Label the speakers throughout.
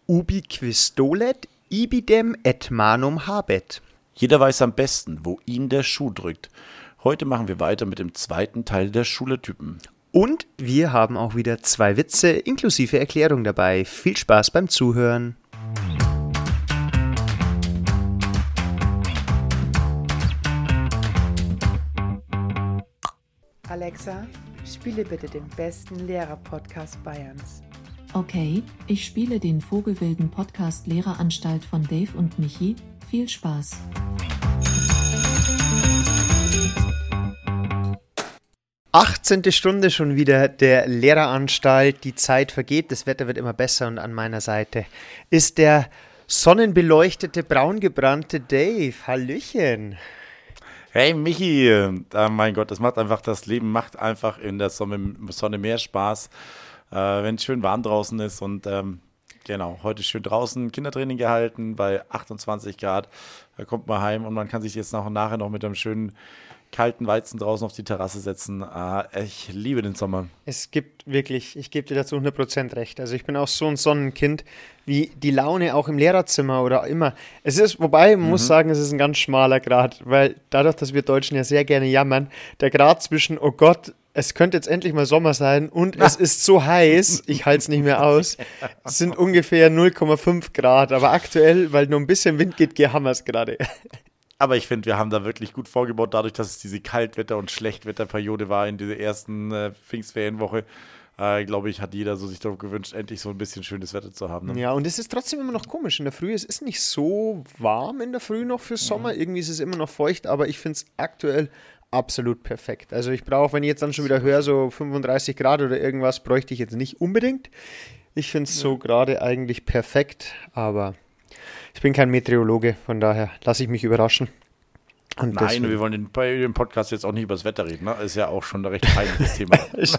Speaker 1: Ubi quistolet, ibidem et manum habet.
Speaker 2: Jeder weiß am besten, wo ihn der Schuh drückt. Heute machen wir weiter mit dem zweiten Teil der Schule-Typen.
Speaker 1: Und wir haben auch wieder 2 Witze inklusive Erklärung dabei. Viel Spaß beim Zuhören.
Speaker 3: Alexa, spiele bitte den besten Lehrer-Podcast Bayerns.
Speaker 4: Okay, ich spiele den Vogelwilden Podcast Lehreranstalt von Dave und Michi. Viel Spaß.
Speaker 1: Achtzehnte Stunde schon wieder der Lehreranstalt. Die Zeit vergeht, das Wetter wird immer besser und an meiner Seite ist der sonnenbeleuchtete, braungebrannte Dave. Hallöchen.
Speaker 2: Hey Michi, mein Gott, das Leben macht einfach in der Sonne mehr Spaß, wenn es schön warm draußen ist und genau, heute schön draußen Kindertraining gehalten bei 28 Grad, da kommt man heim und man kann sich jetzt nachher noch mit einem schönen kalten Weizen draußen auf die Terrasse setzen. Ich liebe den Sommer.
Speaker 1: Es gibt wirklich, ich gebe dir dazu 100% recht. Also ich bin auch so ein Sonnenkind, wie die Laune auch im Lehrerzimmer oder immer. Es ist, wobei, man muss sagen, es ist ein ganz schmaler Grad, weil dadurch, dass wir Deutschen ja sehr gerne jammern, der Grad zwischen, oh Gott, es könnte jetzt endlich mal Sommer sein und es ist so heiß, ich halte es nicht mehr aus, es sind ungefähr 0,5 Grad. Aber aktuell, weil nur ein bisschen Wind geht, haben wir es gerade.
Speaker 2: Aber ich finde, wir haben da wirklich gut vorgebaut, dadurch, dass es diese Kaltwetter- und Schlechtwetterperiode war in dieser ersten Pfingstferienwoche. Glaube ich, hat jeder so sich darauf gewünscht, endlich so ein bisschen schönes Wetter zu haben. Ne?
Speaker 1: Ja, und es ist trotzdem immer noch komisch in der Früh. Es ist nicht so warm in der Früh noch für Sommer. Irgendwie ist es immer noch feucht, aber ich finde es aktuell absolut perfekt. Also ich brauche, wenn ich jetzt dann schon wieder höre, so 35 Grad oder irgendwas, bräuchte ich jetzt nicht unbedingt. Ich finde es so gerade eigentlich perfekt, aber ich bin kein Meteorologe, von daher lasse ich mich überraschen. Und
Speaker 2: nein, wir wollen bei dem Podcast jetzt auch nicht über das Wetter reden, ne? Ist ja auch schon ein recht peinliches Thema.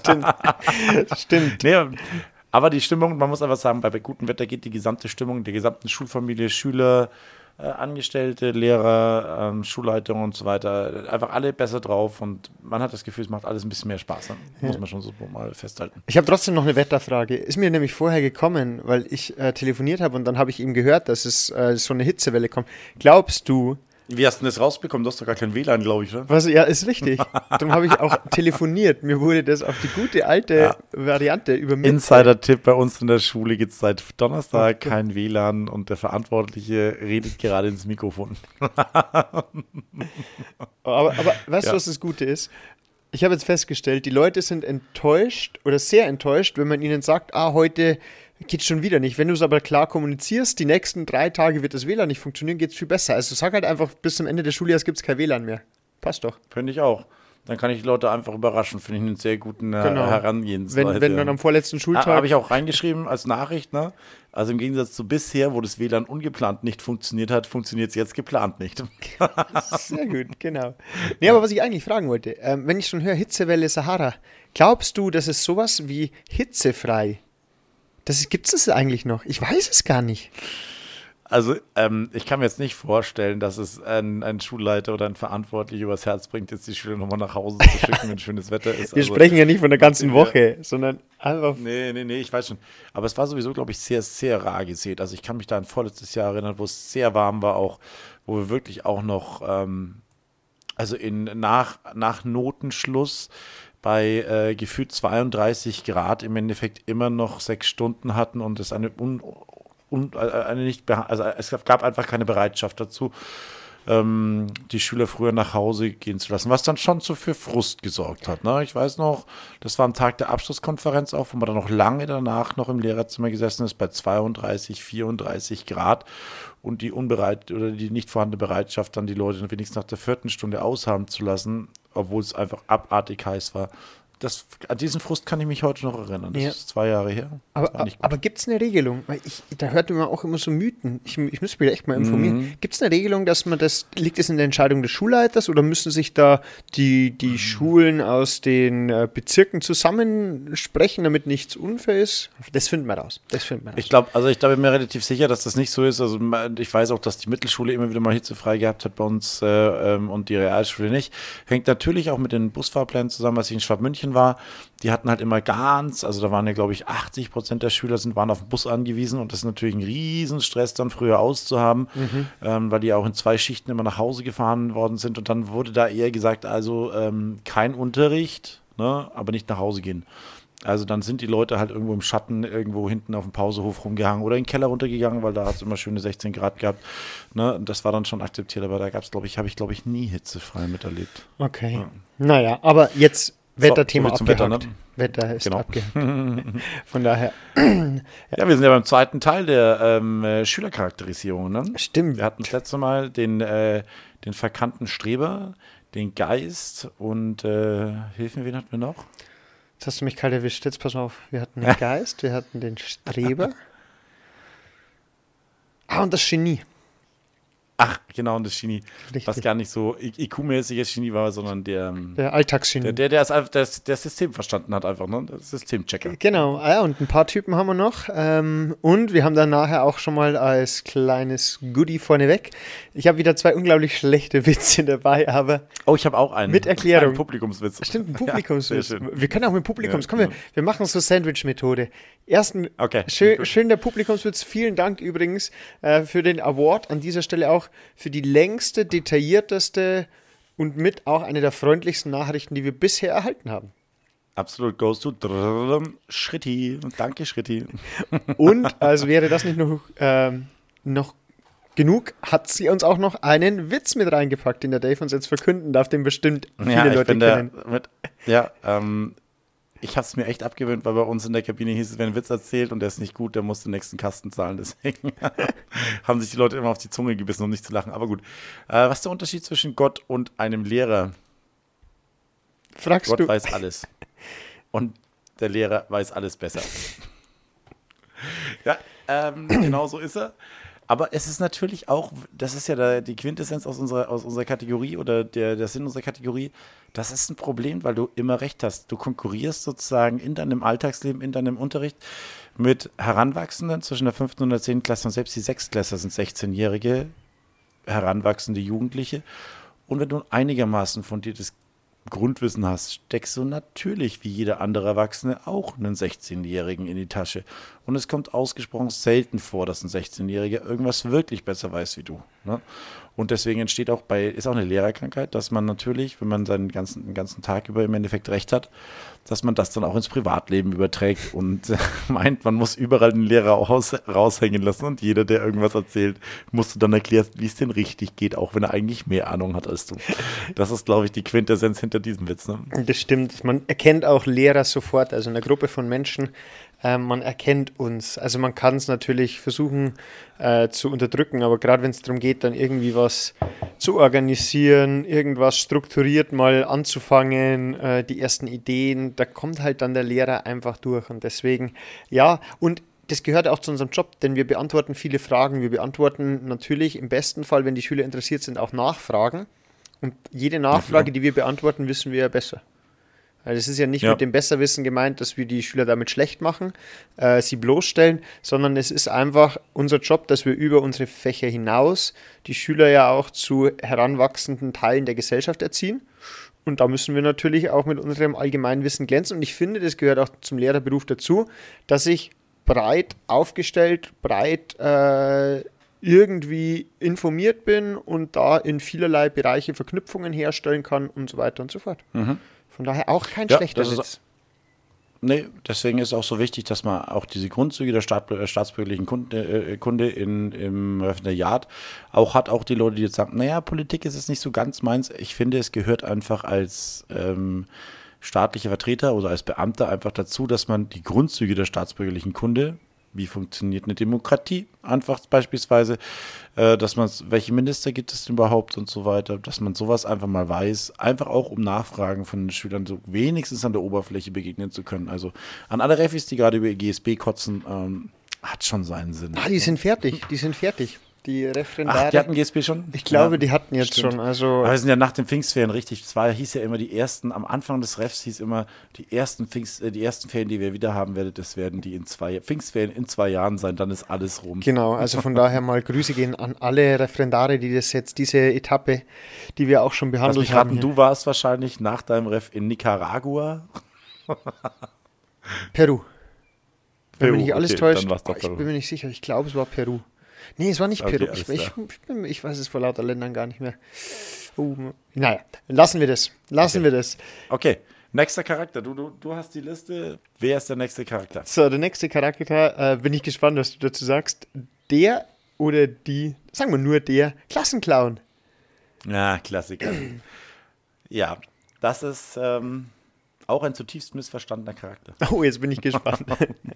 Speaker 1: Stimmt.
Speaker 2: Nee, aber die Stimmung, man muss einfach sagen, bei gutem Wetter geht die gesamte Stimmung der gesamten Schulfamilie, Schüler, Angestellte, Lehrer, Schulleitung und so weiter, einfach alle besser drauf und man hat das Gefühl, es macht alles ein bisschen mehr Spaß. Ne? Muss man schon so mal festhalten.
Speaker 1: Ich habe trotzdem noch eine Wetterfrage. Ist mir nämlich vorher gekommen, weil ich telefoniert habe und dann habe ich eben gehört, dass es so eine Hitzewelle kommt. Glaubst du...
Speaker 2: Wie hast du das rausbekommen? Du hast doch gar kein WLAN, glaube ich, oder?
Speaker 1: Ja, ist richtig. Darum habe ich auch telefoniert. Mir wurde das auf die gute alte Variante übermittelt.
Speaker 2: Insider-Tipp, bei uns in der Schule gibt es seit Donnerstag kein WLAN und der Verantwortliche redet gerade ins Mikrofon.
Speaker 1: aber weißt du, was das Gute ist? Ich habe jetzt festgestellt, die Leute sind enttäuscht oder sehr enttäuscht, wenn man ihnen sagt, heute geht schon wieder nicht. Wenn du es aber klar kommunizierst, die nächsten 3 Tage wird das WLAN nicht funktionieren, geht es viel besser. Also sag halt einfach, bis zum Ende des Schuljahres gibt es kein WLAN mehr. Passt doch.
Speaker 2: Finde ich auch. Dann kann ich die Leute einfach überraschen. Finde ich einen sehr guten Herangehensweise.
Speaker 1: Wenn dann am vorletzten Schultag...
Speaker 2: Habe ich auch reingeschrieben als Nachricht, ne? Also im Gegensatz zu bisher, wo das WLAN ungeplant nicht funktioniert hat, funktioniert es jetzt geplant nicht.
Speaker 1: Sehr gut, genau. Nee, aber was ich eigentlich fragen wollte, wenn ich schon höre, Hitzewelle Sahara, glaubst du, dass es sowas wie hitzefrei, gibt es das eigentlich noch? Ich weiß es gar nicht.
Speaker 2: Also ich kann mir jetzt nicht vorstellen, dass es ein Schulleiter oder ein Verantwortlicher übers Herz bringt, jetzt die Schüler nochmal nach Hause zu schicken, wenn schönes Wetter ist.
Speaker 1: Wir sprechen ja nicht von der ganzen Woche, sondern einfach...
Speaker 2: Nee, ich weiß schon. Aber es war sowieso, glaube ich, sehr, sehr rar gesät. Also ich kann mich da an vorletztes Jahr erinnern, wo es sehr warm war auch, wo wir wirklich auch noch, nach Notenschluss bei gefühlt 32 Grad im Endeffekt immer noch 6 Stunden hatten und es es gab einfach keine Bereitschaft dazu, die Schüler früher nach Hause gehen zu lassen, was dann schon so für Frust gesorgt hat. Ne? Ich weiß noch, das war am Tag der Abschlusskonferenz auch, wo man dann noch lange danach noch im Lehrerzimmer gesessen ist, bei 32, 34 Grad und die nicht vorhandene Bereitschaft, dann die Leute wenigstens nach der 4. Stunde aushaben zu lassen, obwohl es einfach abartig heiß war. An diesen Frust kann ich mich heute noch erinnern. Das ist 2 Jahre her.
Speaker 1: Aber gibt es eine Regelung? Weil da hört man auch immer so Mythen. Ich müsste mich echt mal informieren. Gibt es eine Regelung, dass liegt es in der Entscheidung des Schulleiters oder müssen sich da die Schulen aus den Bezirken zusammensprechen, damit nichts unfair ist? Das finden wir raus. Ich
Speaker 2: glaube, ich bin mir relativ sicher, dass das nicht so ist. Also ich weiß auch, dass die Mittelschule immer wieder mal hitzefrei gehabt hat bei uns und die Realschule nicht. Hängt natürlich auch mit den Busfahrplänen zusammen, was ich in Schwabmünchen München war, die hatten halt immer also da waren ja, glaube ich, 80% der Schüler waren auf den Bus angewiesen und das ist natürlich ein Riesenstress, dann früher auszuhaben, weil die auch in 2 Schichten immer nach Hause gefahren worden sind und dann wurde da eher gesagt, also kein Unterricht, ne, aber nicht nach Hause gehen. Also dann sind die Leute halt irgendwo im Schatten, irgendwo hinten auf dem Pausehof rumgehangen oder in den Keller runtergegangen, weil da hat es immer schöne 16 Grad gehabt. Ne? Und das war dann schon akzeptiert, aber da gab es, habe ich nie hitzefrei miterlebt.
Speaker 1: Okay.
Speaker 2: Ja.
Speaker 1: Naja, aber jetzt Wetterthema
Speaker 2: so
Speaker 1: abgehakt.
Speaker 2: Wetter, ne?
Speaker 1: Wetter ist
Speaker 2: Genau.
Speaker 1: abgehakt. Von daher.
Speaker 2: Ja, wir sind ja beim zweiten Teil der Schülercharakterisierung. Ne?
Speaker 1: Stimmt.
Speaker 2: Wir hatten das letzte Mal den verkannten Streber, den Geist und hilf mir, wen hatten wir noch?
Speaker 1: Jetzt hast du mich kalt erwischt. Jetzt pass mal auf. Wir hatten den Geist, wir hatten den Streber. Und das Genie.
Speaker 2: Ach, genau, und das Genie.
Speaker 1: Richtig.
Speaker 2: Was gar nicht so IQ-mäßiges Genie war, sondern der
Speaker 1: Alltagsgenie.
Speaker 2: der das System verstanden hat, einfach, ne? Der Systemchecker.
Speaker 1: Genau, und ein paar Typen haben wir noch. Und wir haben dann nachher auch schon mal als kleines Goodie vorneweg. Ich habe wieder 2 unglaublich schlechte Witze dabei, aber
Speaker 2: Oh, ich habe auch einen.
Speaker 1: mit Erklärung.
Speaker 2: Einen Publikumswitz.
Speaker 1: Stimmt, ein Publikumswitz.
Speaker 2: Ja, sehr schön.
Speaker 1: Wir können auch mit Publikums.
Speaker 2: Ja,
Speaker 1: Komm,
Speaker 2: genau.
Speaker 1: wir machen so Sandwich-Methode. Ersten,
Speaker 2: Okay.
Speaker 1: schön der Publikumswitz. Vielen Dank übrigens für den Award. An dieser Stelle auch für die längste, detaillierteste und mit auch eine der freundlichsten Nachrichten, die wir bisher erhalten haben.
Speaker 2: Absolut goes to Schritti. Danke, Schritti.
Speaker 1: Und als wäre das nicht noch genug, hat sie uns auch noch einen Witz mit reingepackt, den der Dave uns jetzt verkünden darf, den bestimmt viele Leute kennen.
Speaker 2: Ich habe es mir echt abgewöhnt, weil bei uns in der Kabine hieß es, wenn ein Witz erzählt und der ist nicht gut, der muss den nächsten Kasten zahlen. Deswegen haben sich die Leute immer auf die Zunge gebissen, um nicht zu lachen. Aber gut. Was ist der Unterschied zwischen Gott und einem Lehrer?
Speaker 1: Fragst
Speaker 2: Gott
Speaker 1: du?
Speaker 2: weiß alles. Und der Lehrer weiß alles besser. Ja, genau so ist er. Aber es ist natürlich auch, das ist ja die Quintessenz aus unserer Kategorie oder der Sinn unserer Kategorie, das ist ein Problem, weil du immer recht hast. Du konkurrierst sozusagen in deinem Alltagsleben, in deinem Unterricht mit Heranwachsenden zwischen der 5. und der 10. Klasse und selbst die 6-Klässler sind 16-jährige heranwachsende Jugendliche. Und wenn du einigermaßen fundiertes Grundwissen hast, steckst du natürlich wie jeder andere Erwachsene auch einen 16-Jährigen in die Tasche. Und es kommt ausgesprochen selten vor, dass ein 16-Jähriger irgendwas wirklich besser weiß wie du. Ne? Und deswegen ist auch eine Lehrerkrankheit, dass man natürlich, wenn man den ganzen Tag über im Endeffekt recht hat, dass man das dann auch ins Privatleben überträgt und meint, man muss überall den Lehrer raushängen lassen und jeder, der irgendwas erzählt, musst du dann erklären, wie es denn richtig geht, auch wenn er eigentlich mehr Ahnung hat als du. Das ist, glaube ich, die Quintessenz hinter diesem Witz. Ne?
Speaker 1: Das stimmt. Man erkennt auch Lehrer sofort, also in einer Gruppe von Menschen, man erkennt uns. Also man kann es natürlich versuchen zu unterdrücken, aber gerade wenn es darum geht, dann irgendwie was zu organisieren, irgendwas strukturiert mal anzufangen, die ersten Ideen, da kommt halt dann der Lehrer einfach durch. Und deswegen, ja, und das gehört auch zu unserem Job, denn wir beantworten viele Fragen. Wir beantworten natürlich im besten Fall, wenn die Schüler interessiert sind, auch Nachfragen. Und jede Nachfrage, die wir beantworten, wissen wir ja besser. Weil es ist ja nicht mit dem Besserwissen gemeint, dass wir die Schüler damit schlecht machen, sie bloßstellen, sondern es ist einfach unser Job, dass wir über unsere Fächer hinaus die Schüler ja auch zu heranwachsenden Teilen der Gesellschaft erziehen. Und da müssen wir natürlich auch mit unserem Allgemeinwissen glänzen. Und ich finde, das gehört auch zum Lehrerberuf dazu, dass ich breit aufgestellt, breit irgendwie informiert bin und da in vielerlei Bereiche Verknüpfungen herstellen kann und so weiter und so fort.
Speaker 2: Mhm.
Speaker 1: Von daher auch kein schlechter Witz.
Speaker 2: Nee, deswegen ist auch so wichtig, dass man auch diese Grundzüge der staatsbürgerlichen Kunde im Referendariat auch hat. Auch die Leute, die jetzt sagen, naja, Politik ist es nicht so ganz meins. Ich finde, es gehört einfach als staatlicher Vertreter oder als Beamter einfach dazu, dass man die Grundzüge der staatsbürgerlichen Kunde, wie funktioniert eine Demokratie, einfach beispielsweise, welche Minister gibt es denn überhaupt und so weiter, dass man sowas einfach mal weiß, einfach auch um Nachfragen von den Schülern so wenigstens an der Oberfläche begegnen zu können. Also an alle Refis, die gerade über GSB kotzen, hat schon seinen Sinn.
Speaker 1: Die sind fertig, Die Referendare.
Speaker 2: Ach, die hatten GSB schon?
Speaker 1: Ich glaube, die hatten jetzt
Speaker 2: stimmt.
Speaker 1: schon. Also
Speaker 2: aber wir sind ja nach den Pfingstferien richtig. Hieß ja immer am Anfang des Refs hieß immer, die ersten Ferien, die wir wieder haben werden, das werden die Pfingstferien in 2 Jahren sein, dann ist alles rum.
Speaker 1: Genau, also von daher mal Grüße gehen an alle Referendare, die das jetzt, diese Etappe, die wir auch schon behandelt haben.
Speaker 2: Du warst wahrscheinlich nach deinem Ref in Nicaragua.
Speaker 1: Peru. Wenn mich nicht alles
Speaker 2: okay,
Speaker 1: täuscht.
Speaker 2: dann war's doch
Speaker 1: Ich
Speaker 2: Peru.
Speaker 1: bin mir nicht sicher. Ich glaube, es war Peru. Nee, es war nicht
Speaker 2: Okay,
Speaker 1: Peru.
Speaker 2: alles
Speaker 1: Ich weiß es vor lauter Ländern gar nicht mehr. Naja, lassen wir das. Wir das.
Speaker 2: Okay, nächster Charakter. Du hast die Liste. Wer ist der nächste Charakter?
Speaker 1: So, der nächste Charakter, bin ich gespannt, was du dazu sagst. Der oder die, sagen wir nur der, Klassenclown.
Speaker 2: Ja, Klassiker. Ja, das ist auch ein zutiefst missverstandener Charakter.
Speaker 1: Oh, jetzt bin ich gespannt.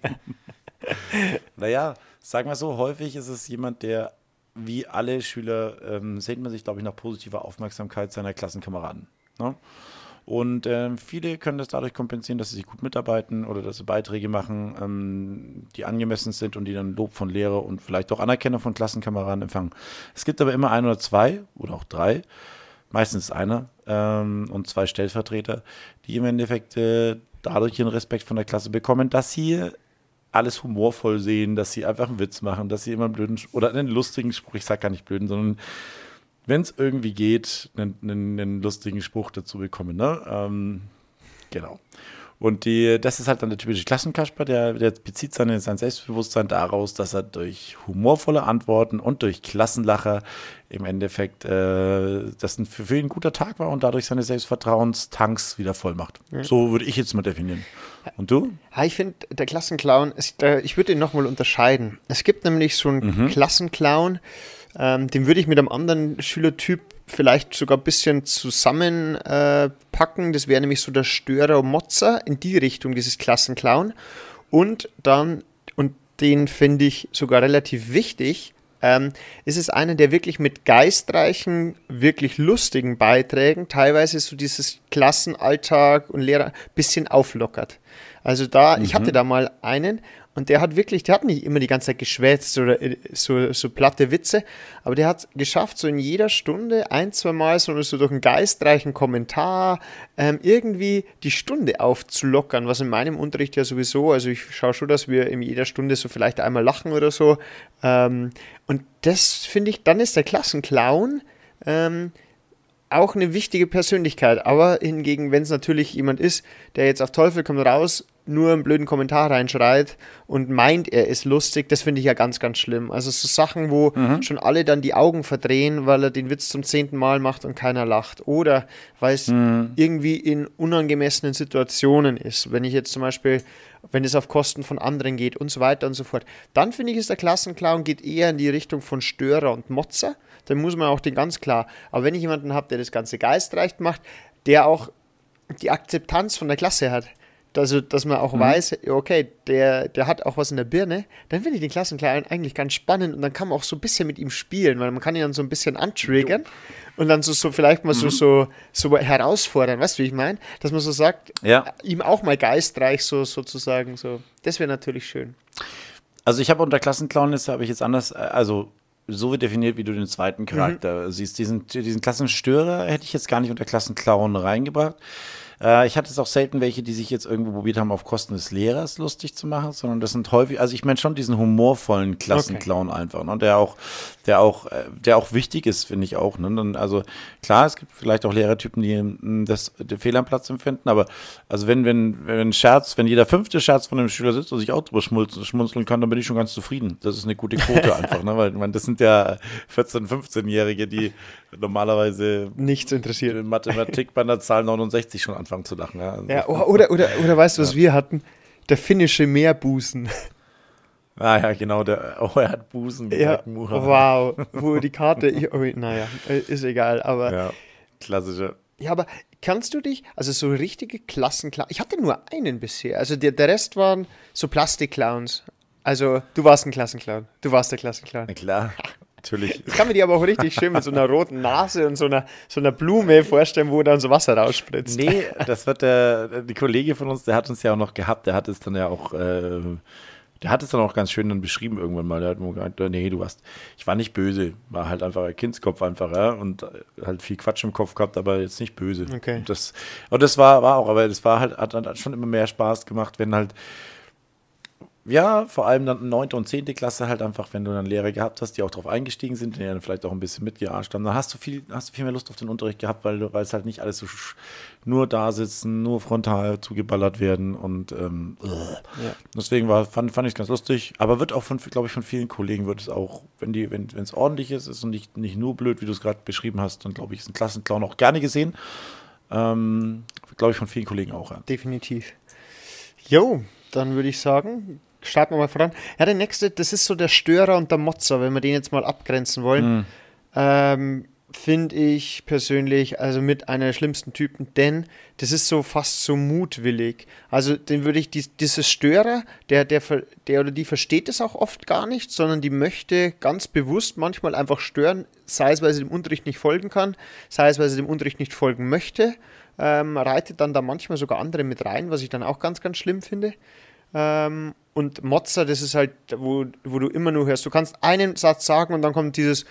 Speaker 2: Naja, sagen wir so, häufig ist es jemand, der wie alle Schüler sehnt man sich, glaube ich, nach positiver Aufmerksamkeit seiner Klassenkameraden. Ne? Und viele können das dadurch kompensieren, dass sie sich gut mitarbeiten oder dass sie Beiträge machen, die angemessen sind und die dann Lob von Lehrer und vielleicht auch Anerkennung von Klassenkameraden empfangen. Es gibt aber immer ein oder zwei oder auch drei, meistens einer und zwei Stellvertreter, die im Endeffekt dadurch ihren Respekt von der Klasse bekommen, dass sie alles humorvoll sehen, dass sie einfach einen Witz machen, dass sie immer einen blöden oder einen lustigen Spruch, ich sage gar nicht blöden, sondern wenn es irgendwie geht, einen lustigen Spruch dazu bekommen. Ne? Genau. Und das ist halt dann der typische Klassenkasper, der bezieht sein Selbstbewusstsein daraus, dass er durch humorvolle Antworten und durch Klassenlacher im Endeffekt das für ihn ein guter Tag war und dadurch seine Selbstvertrauenstanks wieder voll macht. Ja. So würde ich jetzt mal definieren. Und du?
Speaker 1: Ja, ich finde, der Klassenclown, ich würde ihn nochmal unterscheiden. Es gibt nämlich so einen Klassenclown, den würde ich mit einem anderen Schülertyp vielleicht sogar ein bisschen zusammenpacken. Das wäre nämlich so der Störer und Motzer in die Richtung, dieses Klassenclown. Und den finde ich sogar relativ wichtig, ist es einer, der wirklich mit geistreichen, wirklich lustigen Beiträgen teilweise so dieses Klassenalltag und Lehrer ein bisschen auflockert. Also ich hatte da mal einen und der hat nicht immer die ganze Zeit geschwätzt oder so platte Witze, aber der hat geschafft, so in jeder Stunde ein, zwei Mal so durch einen geistreichen Kommentar irgendwie die Stunde aufzulockern, was in meinem Unterricht ja sowieso, also ich schaue schon, dass wir in jeder Stunde so vielleicht einmal lachen oder so. Und das finde ich, dann ist der Klassenclown auch eine wichtige Persönlichkeit, aber hingegen, wenn es natürlich jemand ist, der jetzt auf Teufel komm raus nur einen blöden Kommentar reinschreit und meint, er ist lustig, das finde ich ja ganz, ganz schlimm. Also so Sachen, wo schon alle dann die Augen verdrehen, weil er den Witz zum 10. Mal macht und keiner lacht. Oder weil es irgendwie in unangemessenen Situationen ist. Wenn ich jetzt zum Beispiel, wenn es auf Kosten von anderen geht und so weiter und so fort. Dann finde ich, ist der Klassenclown geht eher in die Richtung von Störer und Motzer. Dann muss man auch den ganz klar. Aber wenn ich jemanden habe, der das Ganze geistreich macht, der auch die Akzeptanz von der Klasse hat, also, dass man auch weiß, okay, der hat auch was in der Birne, dann finde ich den Klassenclown eigentlich ganz spannend und dann kann man auch so ein bisschen mit ihm spielen, weil man kann ihn dann so ein bisschen antriggern und dann so vielleicht mal so herausfordern, weißt du, wie ich meine? Dass man so sagt, ihm auch mal geistreich sozusagen, so. Das wäre natürlich schön.
Speaker 2: Also ich habe unter Klassenclown habe ich jetzt anders, also so definiert, wie du den zweiten Charakter siehst. Diesen Klassenstörer hätte ich jetzt gar nicht unter Klassenclown reingebracht. Ich hatte es auch selten welche, die sich jetzt irgendwo probiert haben, auf Kosten des Lehrers lustig zu machen, sondern das sind häufig, also ich meine schon diesen humorvollen Klassenclown einfach, ne, der auch wichtig ist, finde ich auch. Ne? Also klar, es gibt vielleicht auch Lehrertypen, die den Fehl am Platz empfinden, aber also wenn jeder 5. Scherz von einem Schüler sitzt und sich auch drüber schmunzeln kann, dann bin ich schon ganz zufrieden. Das ist eine gute Quote einfach, ne? Weil das sind ja 14-, 15-Jährige, die normalerweise
Speaker 1: nichts interessiert.
Speaker 2: In Mathematik bei der Zahl 69 schon anfangen zu lachen. Ja,
Speaker 1: ja, oder weißt du, was wir hatten? Der finnische Meerbusen.
Speaker 2: Ah ja, genau, er hat Busen gesagt.
Speaker 1: Ja, wow, wo die Karte, ist egal, aber...
Speaker 2: Ja, klassische.
Speaker 1: Ja, aber kannst du dich, also so richtige Klassenclowns, ich hatte nur einen bisher, also der Rest waren so Plastikclowns. Also du warst ein Klassenclown, du warst der Klassenclown.
Speaker 2: Na klar. Natürlich.
Speaker 1: Ich kann mir die aber auch richtig schön mit so einer roten Nase und so einer Blume vorstellen, wo dann so Wasser rausspritzt.
Speaker 2: Nee, das wird die Kollege von uns, der hat uns ja auch noch gehabt, der hat es dann auch ganz schön dann beschrieben irgendwann mal. Der hat mir gesagt, nee, ich war nicht böse, war halt einfach ein Kindskopf einfach, ja, und halt viel Quatsch im Kopf gehabt, aber jetzt nicht böse.
Speaker 1: Okay.
Speaker 2: Und das war auch, aber das war halt, hat schon immer mehr Spaß gemacht, wenn Ja, vor allem dann 9. und 10. Klasse halt einfach, wenn du dann Lehrer gehabt hast, die auch drauf eingestiegen sind, die dann vielleicht auch ein bisschen mitgearscht haben, dann hast du viel mehr Lust auf den Unterricht gehabt, weil es halt nicht alles so nur da sitzen, nur frontal zugeballert werden und deswegen fand ich es ganz lustig, aber wird auch glaube ich, von vielen Kollegen wird es auch, wenn es ordentlich ist und nicht nur blöd, wie du es gerade beschrieben hast, dann glaube ich, ist ein Klassenclown auch gerne gesehen. Glaube ich, von vielen Kollegen auch, ja.
Speaker 1: Definitiv. Jo, dann würde ich sagen, starten wir mal voran. Ja, der nächste, das ist so der Störer und der Motzer, wenn wir den jetzt mal abgrenzen wollen. Finde ich persönlich also mit einer der schlimmsten Typen, denn das ist so fast so mutwillig. Also den würde ich, dieses Störer, der oder die versteht es auch oft gar nicht, sondern die möchte ganz bewusst manchmal einfach stören, sei es, weil sie dem Unterricht nicht folgen kann, sei es, weil sie dem Unterricht nicht folgen möchte, reitet dann da manchmal sogar andere mit rein, was ich dann auch ganz, ganz schlimm finde. Und Motzer, das ist halt, wo du immer nur hörst, du kannst einen Satz sagen und dann kommt dieses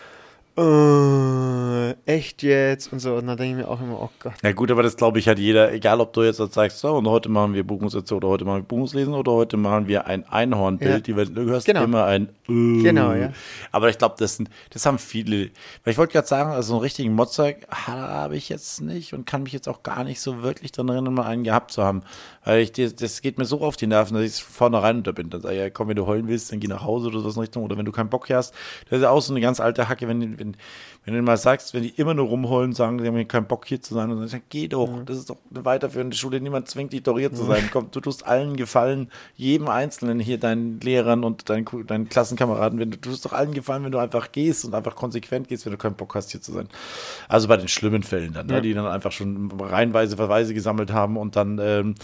Speaker 1: echt jetzt und so. Und dann denke ich mir auch immer, oh Gott.
Speaker 2: Ja gut, aber das glaube ich hat jeder, egal ob du jetzt sagst, so und heute machen wir Buchungssätze oder heute machen wir Buchungslesen oder heute machen wir ein Einhornbild, du hörst immer ein
Speaker 1: Genau, ja.
Speaker 2: Aber ich glaube, das haben viele, weil ich wollte gerade sagen, also so einen richtigen Motzer habe ich jetzt nicht und kann mich jetzt auch gar nicht so wirklich daran erinnern, mal einen gehabt zu haben, weil das geht mir so auf die Nerven, dass ich es vornherein unterbinde. Dann sage ich, ja komm, wenn du heulen willst, dann geh nach Hause oder so in Richtung, oder wenn du keinen Bock hast, das ist ja auch so eine ganz alte Hacke, wenn du mal sagst, wenn die immer nur rumheulen, sagen, sie haben keinen Bock hier zu sein, und dann sagst du, geh doch, das ist doch eine weiterführende Schule, niemand zwingt dich doch hier zu sein. Komm, du tust allen Gefallen, jedem Einzelnen hier, deinen Lehrern und deinen Klassenkameraden, du tust doch allen Gefallen, wenn du einfach gehst und einfach konsequent gehst, wenn du keinen Bock hast, hier zu sein. Also bei den schlimmen Fällen dann, die dann einfach schon reihenweise Verweise gesammelt haben und dann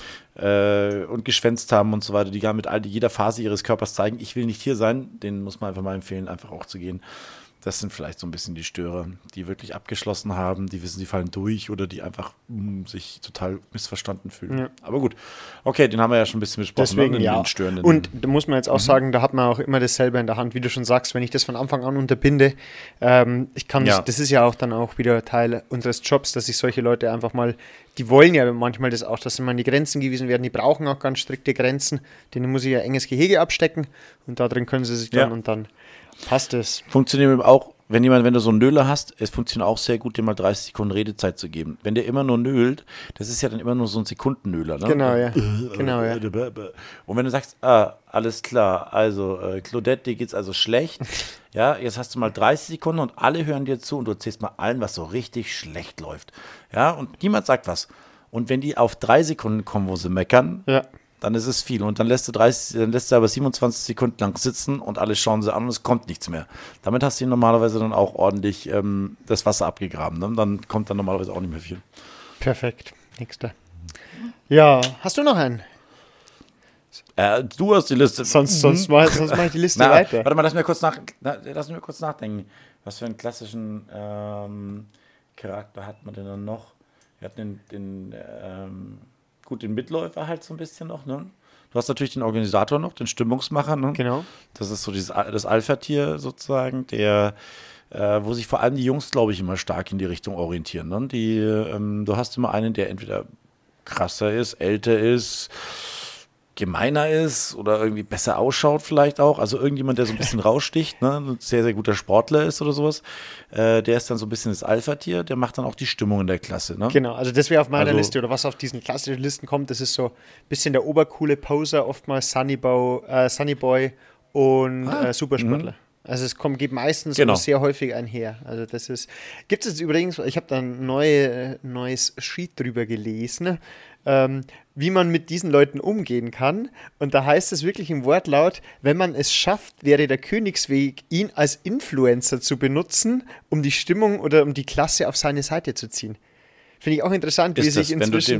Speaker 2: und geschwänzt haben und so weiter, die gar mit jeder Phase ihres Körpers zeigen, ich will nicht hier sein, denen muss man einfach mal empfehlen, einfach auch zu gehen. Das sind vielleicht so ein bisschen die Störer, die wirklich abgeschlossen haben, die wissen, sie fallen durch oder die einfach sich total missverstanden fühlen. Ja. Aber gut, okay, den haben wir ja schon ein bisschen besprochen.
Speaker 1: Deswegen, den Störenden. Und da muss man jetzt auch sagen, da hat man auch immer dasselbe in der Hand, wie du schon sagst, wenn ich das von Anfang an unterbinde. Das ist ja auch dann auch wieder Teil unseres Jobs, dass ich solche Leute einfach mal, die wollen ja manchmal das auch, dass immer an die Grenzen gewiesen werden, die brauchen auch ganz strikte Grenzen, denen muss ich ja enges Gehege abstecken und da drin können sie sich dann und dann passt es.
Speaker 2: Funktioniert auch, wenn du so einen Nöler hast, es funktioniert auch sehr gut, dir mal 30 Sekunden Redezeit zu geben. Wenn der immer nur nölt, das ist ja dann immer nur so ein Sekundennöler, ne?
Speaker 1: Genau, ja.
Speaker 2: Und wenn du sagst, alles klar, also Claudette, dir geht's also schlecht, ja, jetzt hast du mal 30 Sekunden und alle hören dir zu und du erzählst mal allen, was so richtig schlecht läuft. Ja, und niemand sagt was. Und wenn die auf 3 Sekunden kommen, wo sie meckern, dann ist es viel. Und dann lässt du aber 27 Sekunden lang sitzen und alle schauen sie an und es kommt nichts mehr. Damit hast du normalerweise dann auch ordentlich das Wasser abgegraben. Ne? Dann kommt dann normalerweise auch nicht mehr viel.
Speaker 1: Perfekt. Nächster. Ja, hast du noch einen?
Speaker 2: Du hast die Liste.
Speaker 1: Sonst mach ich die Liste weiter.
Speaker 2: Warte mal, lass mir kurz nachdenken. Was für einen klassischen Charakter hat man denn dann noch? Wir hatten den Mitläufer halt so ein bisschen noch, ne? Du hast natürlich den Organisator noch, den Stimmungsmacher, ne?
Speaker 1: Genau.
Speaker 2: Das ist so das Alpha-Tier sozusagen, wo sich vor allem die Jungs, glaube ich, immer stark in die Richtung orientieren, ne? Du hast immer einen, der entweder krasser ist, älter ist, gemeiner ist oder irgendwie besser ausschaut vielleicht auch. Also irgendjemand, der so ein bisschen raussticht, ne? Ein sehr, sehr guter Sportler ist oder sowas. Der ist dann so ein bisschen das Alpha-Tier, der macht dann auch die Stimmung in der Klasse. Ne?
Speaker 1: Genau, also das wäre auf meiner Liste oder was auf diesen klassischen Listen kommt, das ist so ein bisschen der obercoole Poser, oftmals Sunny Boy und Supersportler. Also es geht meistens sehr häufig einher. Also das ist, gibt es übrigens, ich habe da ein neues Sheet drüber gelesen, wie man mit diesen Leuten umgehen kann. Und da heißt es wirklich im Wortlaut, wenn man es schafft, wäre der Königsweg, ihn als Influencer zu benutzen, um die Stimmung oder um die Klasse auf seine Seite zu ziehen. Finde ich auch interessant, wie sich inzwischen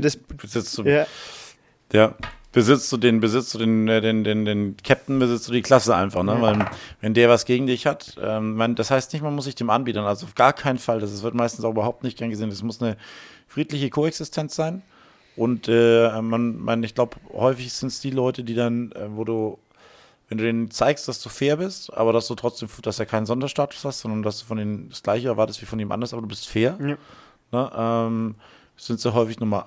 Speaker 2: besitzt du den Captain, besitzt du die Klasse einfach, ne? Weil wenn der was gegen dich hat, das heißt nicht, man muss sich dem anbieten, also auf gar keinen Fall, wird meistens auch überhaupt nicht gern gesehen, das muss eine friedliche Koexistenz sein und ich glaube, häufig sind es die Leute, die dann, wenn du denen zeigst, dass du fair bist, aber dass du trotzdem, dass er keinen Sonderstatus hast, sondern dass du von denen das Gleiche erwartest wie von ihm anders, aber du bist fair, ne? Sind sie häufig nochmal, also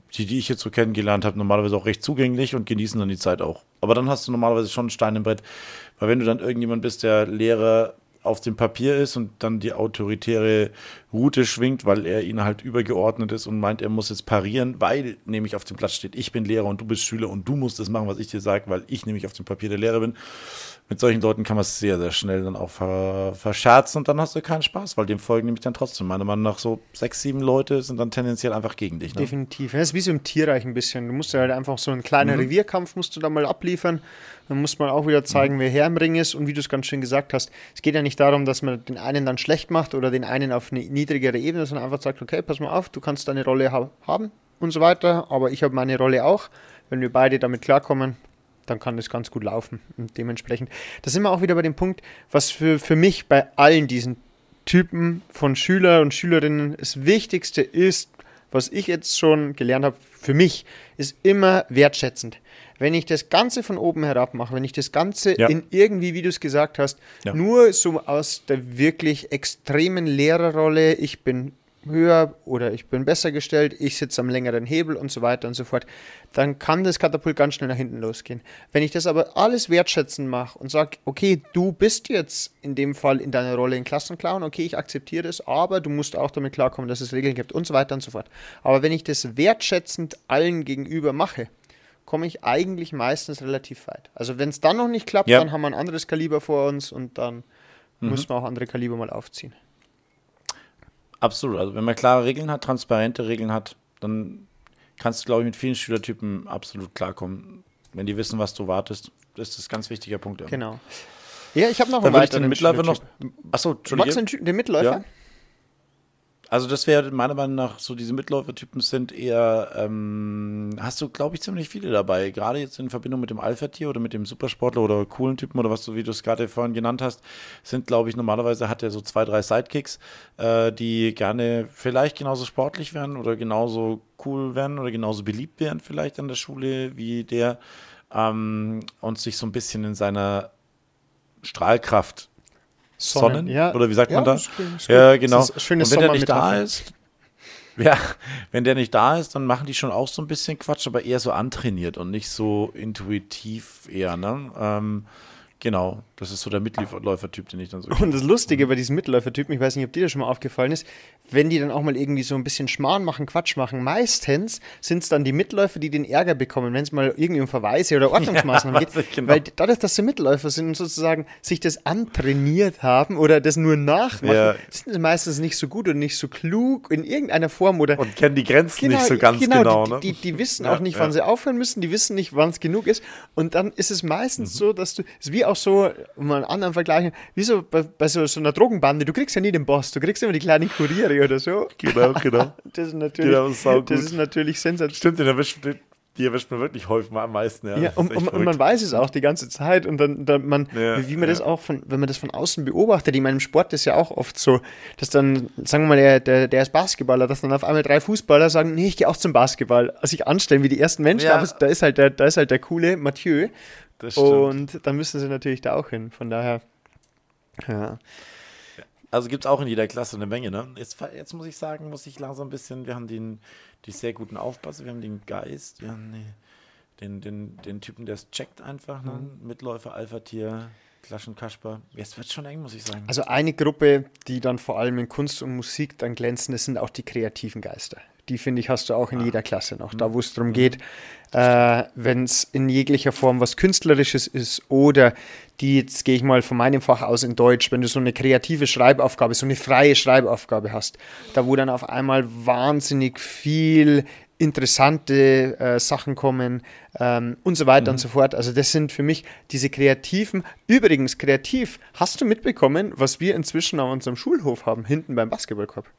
Speaker 2: die ich jetzt so kennengelernt habe, normalerweise auch recht zugänglich und genießen dann die Zeit auch. Aber dann hast du normalerweise schon einen Stein im Brett, weil wenn du dann irgendjemand bist, der Lehrer auf dem Papier ist und dann die autoritäre Route schwingt, weil er ihnen halt übergeordnet ist und meint, er muss jetzt parieren, weil nämlich auf dem Platz steht, ich bin Lehrer und du bist Schüler und du musst das machen, was ich dir sage, weil ich nämlich auf dem Papier der Lehrer bin. Mit solchen Leuten kann man es sehr, sehr schnell dann auch verscherzen und dann hast du keinen Spaß, weil dem folgen nämlich dann trotzdem. Meiner Meinung nach so 6, 7 Leute sind dann tendenziell einfach gegen dich. Ne?
Speaker 1: Definitiv. Das ist wie so im Tierreich ein bisschen. Du musst ja halt einfach so einen kleinen Revierkampf musst du da mal abliefern. Dann muss man auch wieder zeigen, wer Herr im Ring ist. Und wie du es ganz schön gesagt hast, es geht ja nicht darum, dass man den einen dann schlecht macht oder den einen auf eine niedrigere Ebene, sondern einfach sagt, okay, pass mal auf, du kannst deine Rolle haben und so weiter, aber ich habe meine Rolle auch. Wenn wir beide damit klarkommen, dann kann das ganz gut laufen. Und dementsprechend, da sind wir auch wieder bei dem Punkt, was für mich bei allen diesen Typen von Schüler und Schülerinnen das Wichtigste ist, was ich jetzt schon gelernt habe, für mich, ist immer wertschätzend. Wenn ich das Ganze von oben herab mache, wenn ich das Ganze in irgendwie, wie du es gesagt hast, nur so aus der wirklich extremen Lehrerrolle, ich bin höher oder ich bin besser gestellt, ich sitze am längeren Hebel und so weiter und so fort, dann kann das Katapult ganz schnell nach hinten losgehen. Wenn ich das aber alles wertschätzend mache und sage, okay, du bist jetzt in dem Fall in deiner Rolle ein Klassenclown, okay, ich akzeptiere das, aber du musst auch damit klarkommen, dass es Regeln gibt und so weiter und so fort. Aber wenn ich das wertschätzend allen gegenüber mache, komme ich eigentlich meistens relativ weit. Also wenn es dann noch nicht klappt, dann haben wir ein anderes Kaliber vor uns und dann müssen wir auch andere Kaliber mal aufziehen.
Speaker 2: Absolut. Also wenn man klare Regeln hat, transparente Regeln hat, dann kannst du, glaube ich, mit vielen Schülertypen absolut klarkommen. Wenn die wissen, was du wartest, das ist ein ganz wichtiger Punkt.
Speaker 1: Genau. Ja, ich habe noch
Speaker 2: einen
Speaker 1: weiteren
Speaker 2: Mitläufer noch. Achso, Entschuldigung.
Speaker 1: Magst du den Mitläufer?
Speaker 2: Ja. Also das wäre meiner Meinung nach, so diese Mitläufertypen sind eher, hast du, glaube ich, ziemlich viele dabei. Gerade jetzt in Verbindung mit dem Alpha-Tier oder mit dem Supersportler oder coolen Typen oder was du, wie du es gerade vorhin genannt hast, sind, glaube ich, normalerweise hat er so 2, 3 Sidekicks, die gerne vielleicht genauso sportlich wären oder genauso cool wären oder genauso beliebt wären vielleicht an der Schule wie der und sich so ein bisschen in seiner Strahlkraft Sonnen,
Speaker 1: ja.
Speaker 2: Oder wie sagt man da?
Speaker 1: Ist gut.
Speaker 2: Ja, genau.
Speaker 1: Das ist schönes
Speaker 2: und wenn der nicht da ist, wenn der nicht da ist, dann machen die schon auch so ein bisschen Quatsch, aber eher so antrainiert und nicht so intuitiv eher, ne? Genau, das ist so der Mitläufertyp, den ich dann so
Speaker 1: Und das Lustige bei diesen Mitläufertypen, ich weiß nicht, ob dir das schon mal aufgefallen ist, wenn die dann auch mal irgendwie so ein bisschen Schmarrn machen, Quatsch machen, meistens sind es dann die Mitläufer, die den Ärger bekommen, wenn es mal irgendwie um Verweise oder Ordnungsmaßnahmen geht. Genau. Weil dadurch, dass sie Mitläufer sind und sozusagen sich das antrainiert haben oder das nur nachmachen, sind sie meistens nicht so gut und nicht so klug in irgendeiner Form. Und
Speaker 2: kennen die Grenzen nicht so ganz genau. Ne?
Speaker 1: Die wissen auch nicht, wann sie aufhören müssen, die wissen nicht, wann es genug ist. Und dann ist es meistens so, dass du, es ist wie auch so, um einen anderen Vergleich, wie so bei so einer Drogenbande, du kriegst ja nie den Boss, du kriegst immer die kleinen Kuriere oder so.
Speaker 2: Genau.
Speaker 1: Das ist natürlich sensationell.
Speaker 2: Stimmt, die erwischt man wirklich häufig mal am meisten. Ja,
Speaker 1: und man weiß es auch die ganze Zeit und wie man das auch wenn man das von außen beobachtet, ich meine, im Sport ist ja auch oft so, dass dann, sagen wir mal, der ist Basketballer, dass dann auf einmal 3 Fußballer sagen, nee, ich gehe auch zum Basketball, sich anstellen wie die ersten Menschen, aber da ist halt der coole Mathieu. Und dann müssen sie natürlich da auch hin. Von daher, ja.
Speaker 2: Also gibt es auch in jeder Klasse eine Menge, ne? Jetzt muss ich sagen, langsam ein bisschen, wir haben die sehr guten Aufpasser, wir haben den Geist, wir haben den Typen, der es checkt einfach, ne? Mitläufer, Alpha-Tier, Klaschen, Kasper. Jetzt wird es schon eng, muss ich sagen.
Speaker 1: Also eine Gruppe, die dann vor allem in Kunst und Musik dann glänzen, das sind auch die kreativen Geister. Die, finde ich, hast du auch in jeder Klasse noch. Da, wo es darum geht, wenn es in jeglicher Form was Künstlerisches ist oder jetzt gehe ich mal von meinem Fach aus in Deutsch, wenn du so eine kreative Schreibaufgabe, so eine freie Schreibaufgabe hast, da wo dann auf einmal wahnsinnig viel interessante Sachen kommen und so weiter und so fort. Also das sind für mich diese kreativen, übrigens kreativ, hast du mitbekommen, was wir inzwischen an unserem Schulhof haben, hinten beim Basketballkorb?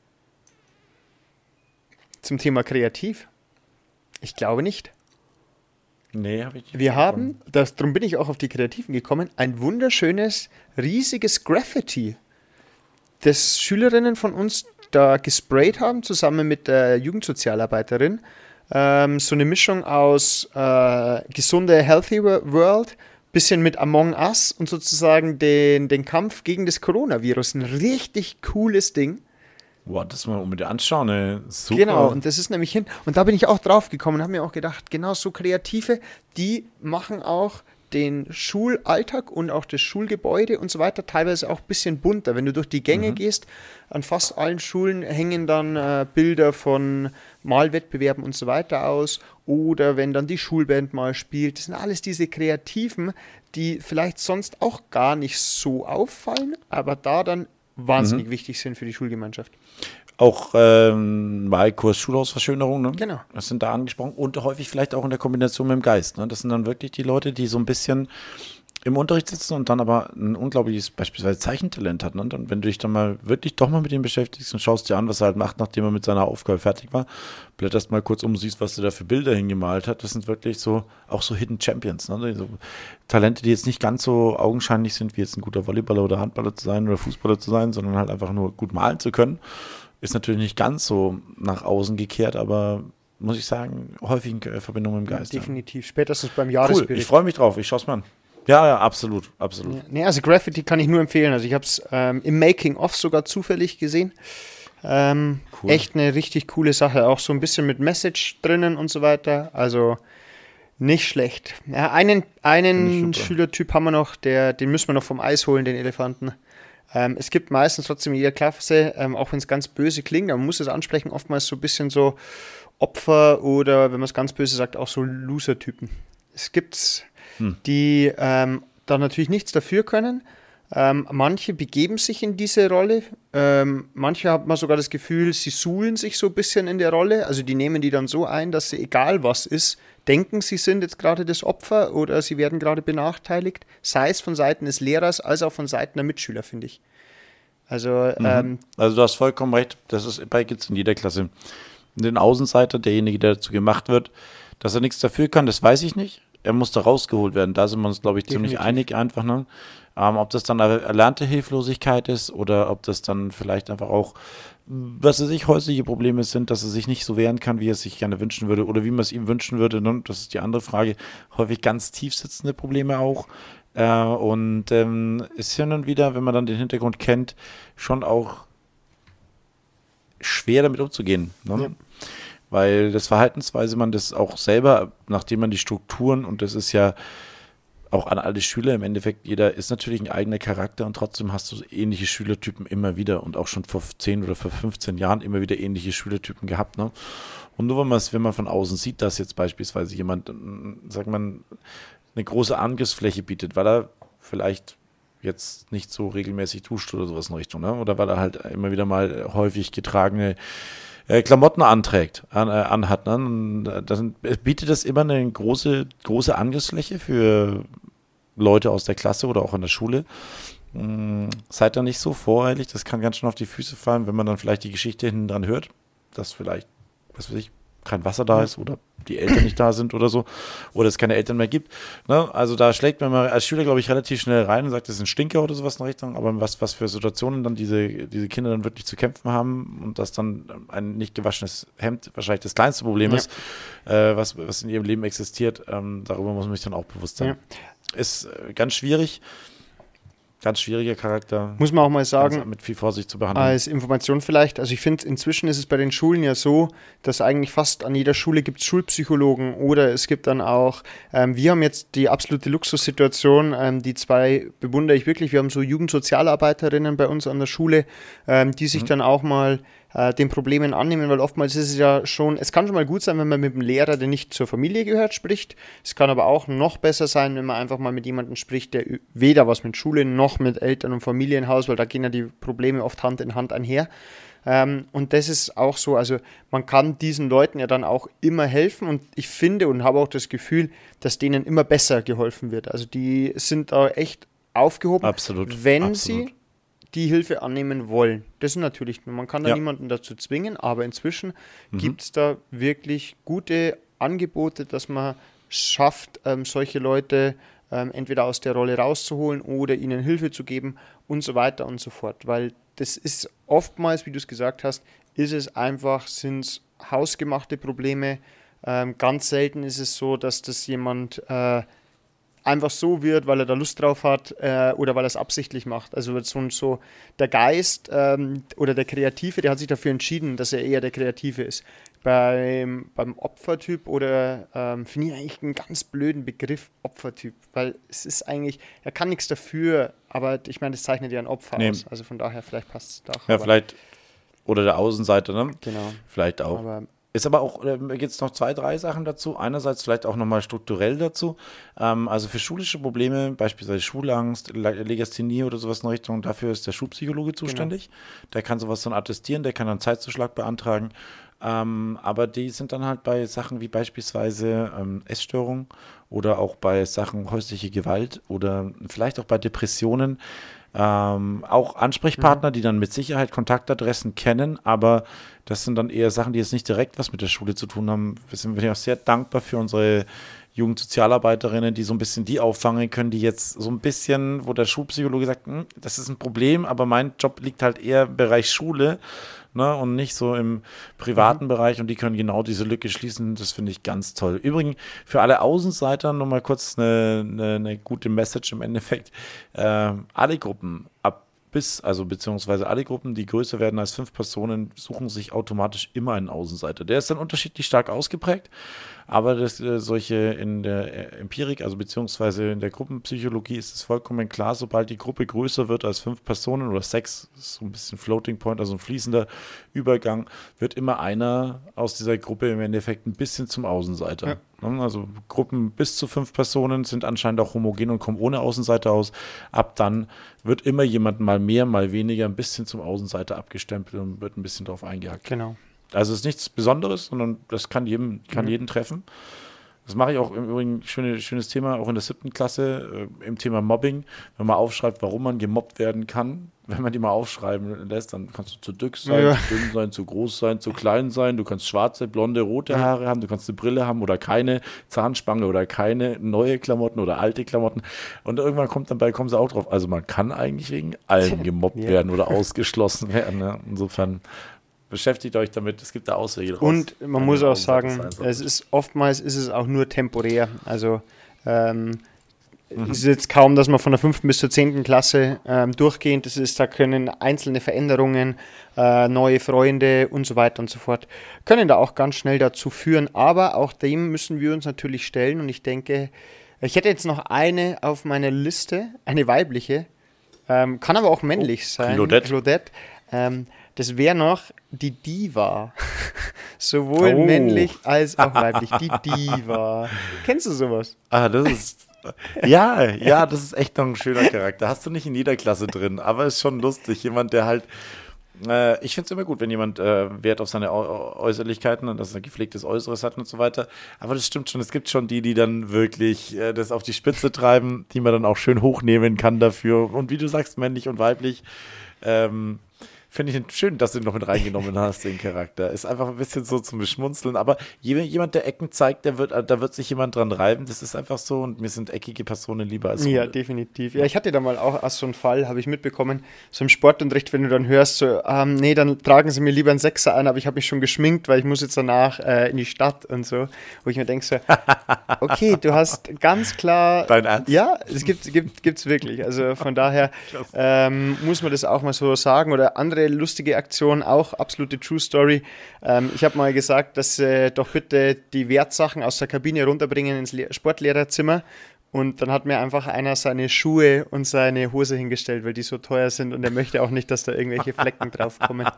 Speaker 1: Zum Thema kreativ? Ich glaube nicht.
Speaker 2: Nee, habe ich nicht.
Speaker 1: Wir haben, darum bin ich auch auf die Kreativen gekommen, ein wunderschönes, riesiges Graffiti, das Schülerinnen von uns da gesprayt haben, zusammen mit der Jugendsozialarbeiterin. So eine Mischung aus gesunde Healthy World, bisschen mit Among Us und sozusagen den Kampf gegen das Coronavirus. Ein richtig cooles Ding.
Speaker 2: Boah, das mal unbedingt anschauen, ey. Super.
Speaker 1: Genau, und das ist nämlich hin. Und da bin ich auch drauf gekommen und habe mir auch gedacht, genau so Kreative, die machen auch den Schulalltag und auch das Schulgebäude und so weiter teilweise auch ein bisschen bunter. Wenn du durch die Gänge gehst, an fast allen Schulen hängen dann Bilder von Malwettbewerben und so weiter aus. Oder wenn dann die Schulband mal spielt. Das sind alles diese Kreativen, die vielleicht sonst auch gar nicht so auffallen, aber da dann wahnsinnig wichtig sind für die Schulgemeinschaft.
Speaker 2: Auch Malkurs, Schulhausverschönerung, ne?
Speaker 1: Genau.
Speaker 2: Das sind da angesprochen und häufig vielleicht auch in der Kombination mit dem Geist. Ne? Das sind dann wirklich die Leute, die so ein bisschen im Unterricht sitzen und dann aber ein unglaubliches beispielsweise Zeichentalent hat. Ne? Und dann, wenn du dich dann mal wirklich doch mal mit ihm beschäftigst und schaust dir an, was er halt macht, nachdem er mit seiner Aufgabe fertig war, blätterst mal kurz um, siehst, was er da für Bilder hingemalt hat. Das sind wirklich so, auch so Hidden Champions. Ne? So Talente, die jetzt nicht ganz so augenscheinlich sind, wie jetzt ein guter Volleyballer oder Handballer zu sein oder Fußballer zu sein, sondern halt einfach nur gut malen zu können. Ist natürlich nicht ganz so nach außen gekehrt, aber muss ich sagen, häufig in Verbindung mit dem Geist.
Speaker 1: Definitiv, spätestens beim
Speaker 2: Cool,
Speaker 1: Jahresbericht.
Speaker 2: ich freue mich drauf, ich schaue es mir an. Ja, absolut.
Speaker 1: Ja, nee, also Graffiti kann ich nur empfehlen. Also ich habe es im Making-of sogar zufällig gesehen.
Speaker 2: Cool.
Speaker 1: Echt eine richtig coole Sache. Auch so ein bisschen mit Message drinnen und so weiter. Also nicht schlecht. Ja, einen Schülertyp haben wir noch, den müssen wir noch vom Eis holen, den Elefanten. Es gibt meistens trotzdem in jeder Klasse, auch wenn es ganz böse klingt, aber man muss es ansprechen, oftmals so ein bisschen so Opfer oder, wenn man es ganz böse sagt, auch so Loser-Typen. Es gibt die da natürlich nichts dafür können. Manche begeben sich in diese Rolle. Manche hat man sogar das Gefühl, sie suhlen sich so ein bisschen in der Rolle. Also die nehmen die dann so ein, dass sie, egal was ist, denken, sie sind jetzt gerade das Opfer oder sie werden gerade benachteiligt. Sei es von Seiten des Lehrers, als auch von Seiten der Mitschüler, finde ich. Also,
Speaker 2: Also du hast vollkommen recht, gibt es in jeder Klasse. Den Außenseiter, derjenige, der dazu gemacht wird, dass er nichts dafür kann, das weiß ich nicht. Er muss da rausgeholt werden. Da sind wir uns, glaube ich, ziemlich einig einfach. Ne? Ob das dann erlernte Hilflosigkeit ist oder ob das dann vielleicht einfach auch, was weiß ich, häusliche Probleme sind, dass er sich nicht so wehren kann, wie er es sich gerne wünschen würde oder wie man es ihm wünschen würde. Ne? Das ist die andere Frage. Häufig ganz tief sitzende Probleme auch. Ist ja dann wieder, wenn man dann den Hintergrund kennt, schon auch schwer damit umzugehen. Ne? Ja. Weil das Verhaltensweise man das auch selber, nachdem man die Strukturen, und das ist ja auch an alle Schüler im Endeffekt, jeder ist natürlich ein eigener Charakter und trotzdem hast du ähnliche Schülertypen immer wieder und auch schon vor 10 oder vor 15 Jahren immer wieder ähnliche Schülertypen gehabt. Ne? Und nur wenn man von außen sieht, dass jetzt beispielsweise jemand, sagt man, eine große Angriffsfläche bietet, weil er vielleicht jetzt nicht so regelmäßig duscht oder sowas in Richtung, ne? Oder weil er halt immer wieder mal häufig getragene Klamotten anhat. Ne? Dann bietet das immer eine große Angriffsfläche für Leute aus der Klasse oder auch in der Schule. Seid da nicht so voreilig, das kann ganz schön auf die Füße fallen, wenn man dann vielleicht die Geschichte hinten dran hört, dass vielleicht, was weiß ich, kein Wasser da ist oder die Eltern nicht da sind oder so, oder es keine Eltern mehr gibt. Ne? Also da schlägt man mal als Schüler, glaube ich, relativ schnell rein und sagt, das ist ein Stinker oder sowas in Richtung, aber was für Situationen dann diese Kinder dann wirklich zu kämpfen haben und dass dann ein nicht gewaschenes Hemd wahrscheinlich das kleinste Problem ist, was in ihrem Leben existiert, darüber muss man sich dann auch bewusst sein. Ja. Ist ganz schwierig. Ganz schwieriger Charakter.
Speaker 1: Muss man auch mal sagen,
Speaker 2: mit viel Vorsicht zu behandeln.
Speaker 1: Als Information vielleicht, also ich finde, inzwischen ist es bei den Schulen ja so, dass eigentlich fast an jeder Schule gibt es Schulpsychologen oder es gibt dann auch, wir haben jetzt die absolute Luxussituation, die zwei bewundere ich wirklich, wir haben so Jugendsozialarbeiterinnen bei uns an der Schule, die sich dann auch mal den Problemen annehmen, weil oftmals ist es ja schon, es kann schon mal gut sein, wenn man mit einem Lehrer, der nicht zur Familie gehört, spricht. Es kann aber auch noch besser sein, wenn man einfach mal mit jemandem spricht, der weder was mit Schule noch mit Eltern- und Familienhaus, weil da gehen ja die Probleme oft Hand in Hand einher. Und das ist auch so, also man kann diesen Leuten ja dann auch immer helfen und ich finde und habe auch das Gefühl, dass denen immer besser geholfen wird. Also die sind da echt aufgehoben, wenn sie die Hilfe annehmen wollen. Das ist natürlich, man kann da niemanden dazu zwingen, aber inzwischen gibt es da wirklich gute Angebote, dass man schafft, solche Leute entweder aus der Rolle rauszuholen oder ihnen Hilfe zu geben und so weiter und so fort. Weil das ist oftmals, wie du es gesagt hast, sind es hausgemachte Probleme. Ganz selten ist es so, dass das jemand einfach so wird, weil er da Lust drauf hat oder weil er es absichtlich macht. Also wird so der Geist oder der Kreative, der hat sich dafür entschieden, dass er eher der Kreative ist. Beim Opfertyp oder finde ich eigentlich einen ganz blöden Begriff Opfertyp, weil es ist eigentlich, er kann nichts dafür, aber ich meine, das zeichnet ja ein Opfer aus. Also von daher, vielleicht passt es doch.
Speaker 2: Ja, vielleicht, oder der Außenseiter, ne?
Speaker 1: Genau.
Speaker 2: Vielleicht auch. Ist aber auch, gibt es noch 2, 3 Sachen dazu. Einerseits vielleicht auch nochmal strukturell dazu. Also für schulische Probleme, beispielsweise Schulangst, Legasthenie oder sowas in Richtung, dafür ist der Schulpsychologe zuständig. Genau. Der kann sowas dann attestieren, der kann dann Zeitzuschlag beantragen. Aber die sind dann halt bei Sachen wie beispielsweise Essstörungen oder auch bei Sachen häusliche Gewalt oder vielleicht auch bei Depressionen. Auch Ansprechpartner, die dann mit Sicherheit Kontaktadressen kennen, aber das sind dann eher Sachen, die jetzt nicht direkt was mit der Schule zu tun haben. Wir sind auch sehr dankbar für unsere Jugendsozialarbeiterinnen, die so ein bisschen die auffangen können, die jetzt so ein bisschen, wo der Schulpsychologe sagt, das ist ein Problem, aber mein Job liegt halt eher im Bereich Schule, ne, und nicht so im privaten Bereich, und die können genau diese Lücke schließen. Das finde ich ganz toll. Übrigens, für alle Außenseiter nochmal kurz eine gute Message im Endeffekt. Alle Gruppen beziehungsweise alle Gruppen, die größer werden als 5 Personen, suchen sich automatisch immer einen Außenseiter. Der ist dann unterschiedlich stark ausgeprägt, aber solche in der Empirik, also beziehungsweise in der Gruppenpsychologie ist es vollkommen klar, sobald die Gruppe größer wird als 5 Personen oder 6, ist so ein bisschen Floating Point, also ein fließender Übergang, wird immer einer aus dieser Gruppe im Endeffekt ein bisschen zum Außenseiter. Ja. Also Gruppen bis zu 5 Personen sind anscheinend auch homogen und kommen ohne Außenseiter aus. Ab dann wird immer jemand mal mehr, mal weniger ein bisschen zum Außenseiter abgestempelt und wird ein bisschen drauf eingehackt.
Speaker 1: Genau.
Speaker 2: Also es ist nichts Besonderes, sondern das kann jeden treffen. Das mache ich auch im Übrigen, schönes Thema, auch in der 7. Klasse, im Thema Mobbing. Wenn man aufschreibt, warum man gemobbt werden kann, wenn man die mal aufschreiben lässt, dann kannst du zu dick sein, zu dünn sein, zu groß sein, zu klein sein. Du kannst schwarze, blonde, rote Haare haben, du kannst eine Brille haben oder keine, Zahnspange oder keine, neue Klamotten oder alte Klamotten. Und irgendwann kommen sie auch drauf. Also man kann eigentlich wegen allem gemobbt werden oder ausgeschlossen werden. Ne? Insofern beschäftigt euch damit, es gibt da Auswege draus.
Speaker 1: Und man muss auch sagen, oftmals ist es auch nur temporär. Also es ist jetzt kaum, dass man von der 5. bis zur 10. Klasse durchgehend ist. Da können einzelne Veränderungen, neue Freunde und so weiter und so fort, können da auch ganz schnell dazu führen. Aber auch dem müssen wir uns natürlich stellen. Und ich denke, ich hätte jetzt noch eine auf meiner Liste, eine weibliche, kann aber auch männlich sein. Claudette. Das wäre noch die Diva. Sowohl männlich als auch weiblich. Die Diva. Kennst du sowas?
Speaker 2: Das ist. Ja, das ist echt noch ein schöner Charakter. Hast du nicht in jeder Klasse drin, aber ist schon lustig. Jemand, der halt. Ich finde es immer gut, wenn jemand Wert auf seine Äußerlichkeiten und dass er ein gepflegtes Äußeres hat und so weiter. Aber das stimmt schon. Es gibt schon die dann wirklich das auf die Spitze treiben, die man dann auch schön hochnehmen kann dafür. Und wie du sagst, männlich und weiblich. Finde ich schön, dass du ihn noch mit reingenommen hast, den Charakter. Ist einfach ein bisschen so zum Beschmunzeln. Aber jemand, der Ecken zeigt, da wird sich jemand dran reiben. Das ist einfach so. Und mir sind eckige Personen lieber als Hunde.
Speaker 1: Ja, definitiv. Ja, ich hatte da mal auch so einen Fall, habe ich mitbekommen, so im Sportunterricht, wenn du dann hörst, so, nee, dann tragen sie mir lieber einen Sechser ein, aber ich habe mich schon geschminkt, weil ich muss jetzt danach in die Stadt und so. Wo ich mir denke so, okay, du hast ganz klar...
Speaker 2: Dein Ernst?
Speaker 1: Ja, es gibt's wirklich. Also von daher muss man das auch mal so sagen. Oder andere lustige Aktion, auch absolute True Story. Ich habe mal gesagt, dass doch bitte die Wertsachen aus der Kabine runterbringen ins Sportlehrerzimmer. Und dann hat mir einfach einer seine Schuhe und seine Hose hingestellt, weil die so teuer sind und er möchte auch nicht, dass da irgendwelche Flecken drauf kommen.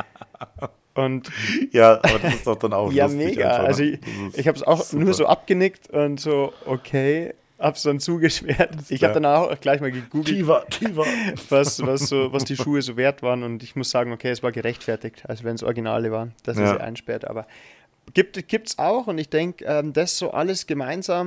Speaker 1: Und
Speaker 2: ja, aber das ist doch dann auch
Speaker 1: ja,
Speaker 2: lustig.
Speaker 1: mega. Also ich habe es auch super. Nur so abgenickt und so, okay, hab's dann zugeschwert. Ich habe dann auch gleich mal gegoogelt, was die Schuhe so wert waren, und ich muss sagen, okay, es war gerechtfertigt, also wenn es Originale waren, dass er sie einsperrt, aber gibt's auch, und ich denke, das so alles gemeinsam,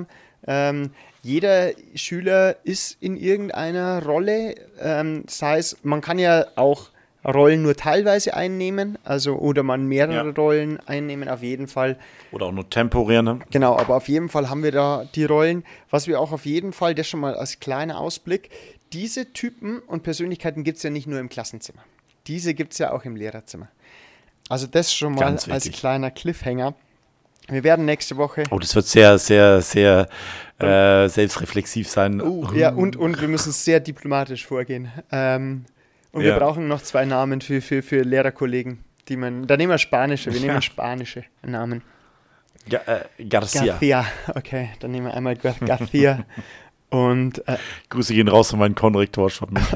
Speaker 1: jeder Schüler ist in irgendeiner Rolle, sei es, man kann ja auch Rollen nur teilweise einnehmen, also oder man mehrere Rollen einnehmen, auf jeden Fall.
Speaker 2: Oder auch nur temporär, ne?
Speaker 1: Genau, aber auf jeden Fall haben wir da die Rollen. Was wir auch auf jeden Fall, das schon mal als kleiner Ausblick, diese Typen und Persönlichkeiten gibt es ja nicht nur im Klassenzimmer. Diese gibt es ja auch im Lehrerzimmer. Also das schon mal als kleiner Cliffhanger. Wir werden nächste Woche.
Speaker 2: Oh, das wird sehr, sehr, sehr selbstreflexiv sein.
Speaker 1: Ja, und wir müssen sehr diplomatisch vorgehen. Und wir brauchen noch 2 Namen für Lehrerkollegen, da nehmen wir spanische, spanische Namen.
Speaker 2: Garcia.
Speaker 1: Okay, dann nehmen wir einmal Garcia. Und
Speaker 2: Grüße gehen raus von meinem Konrektor.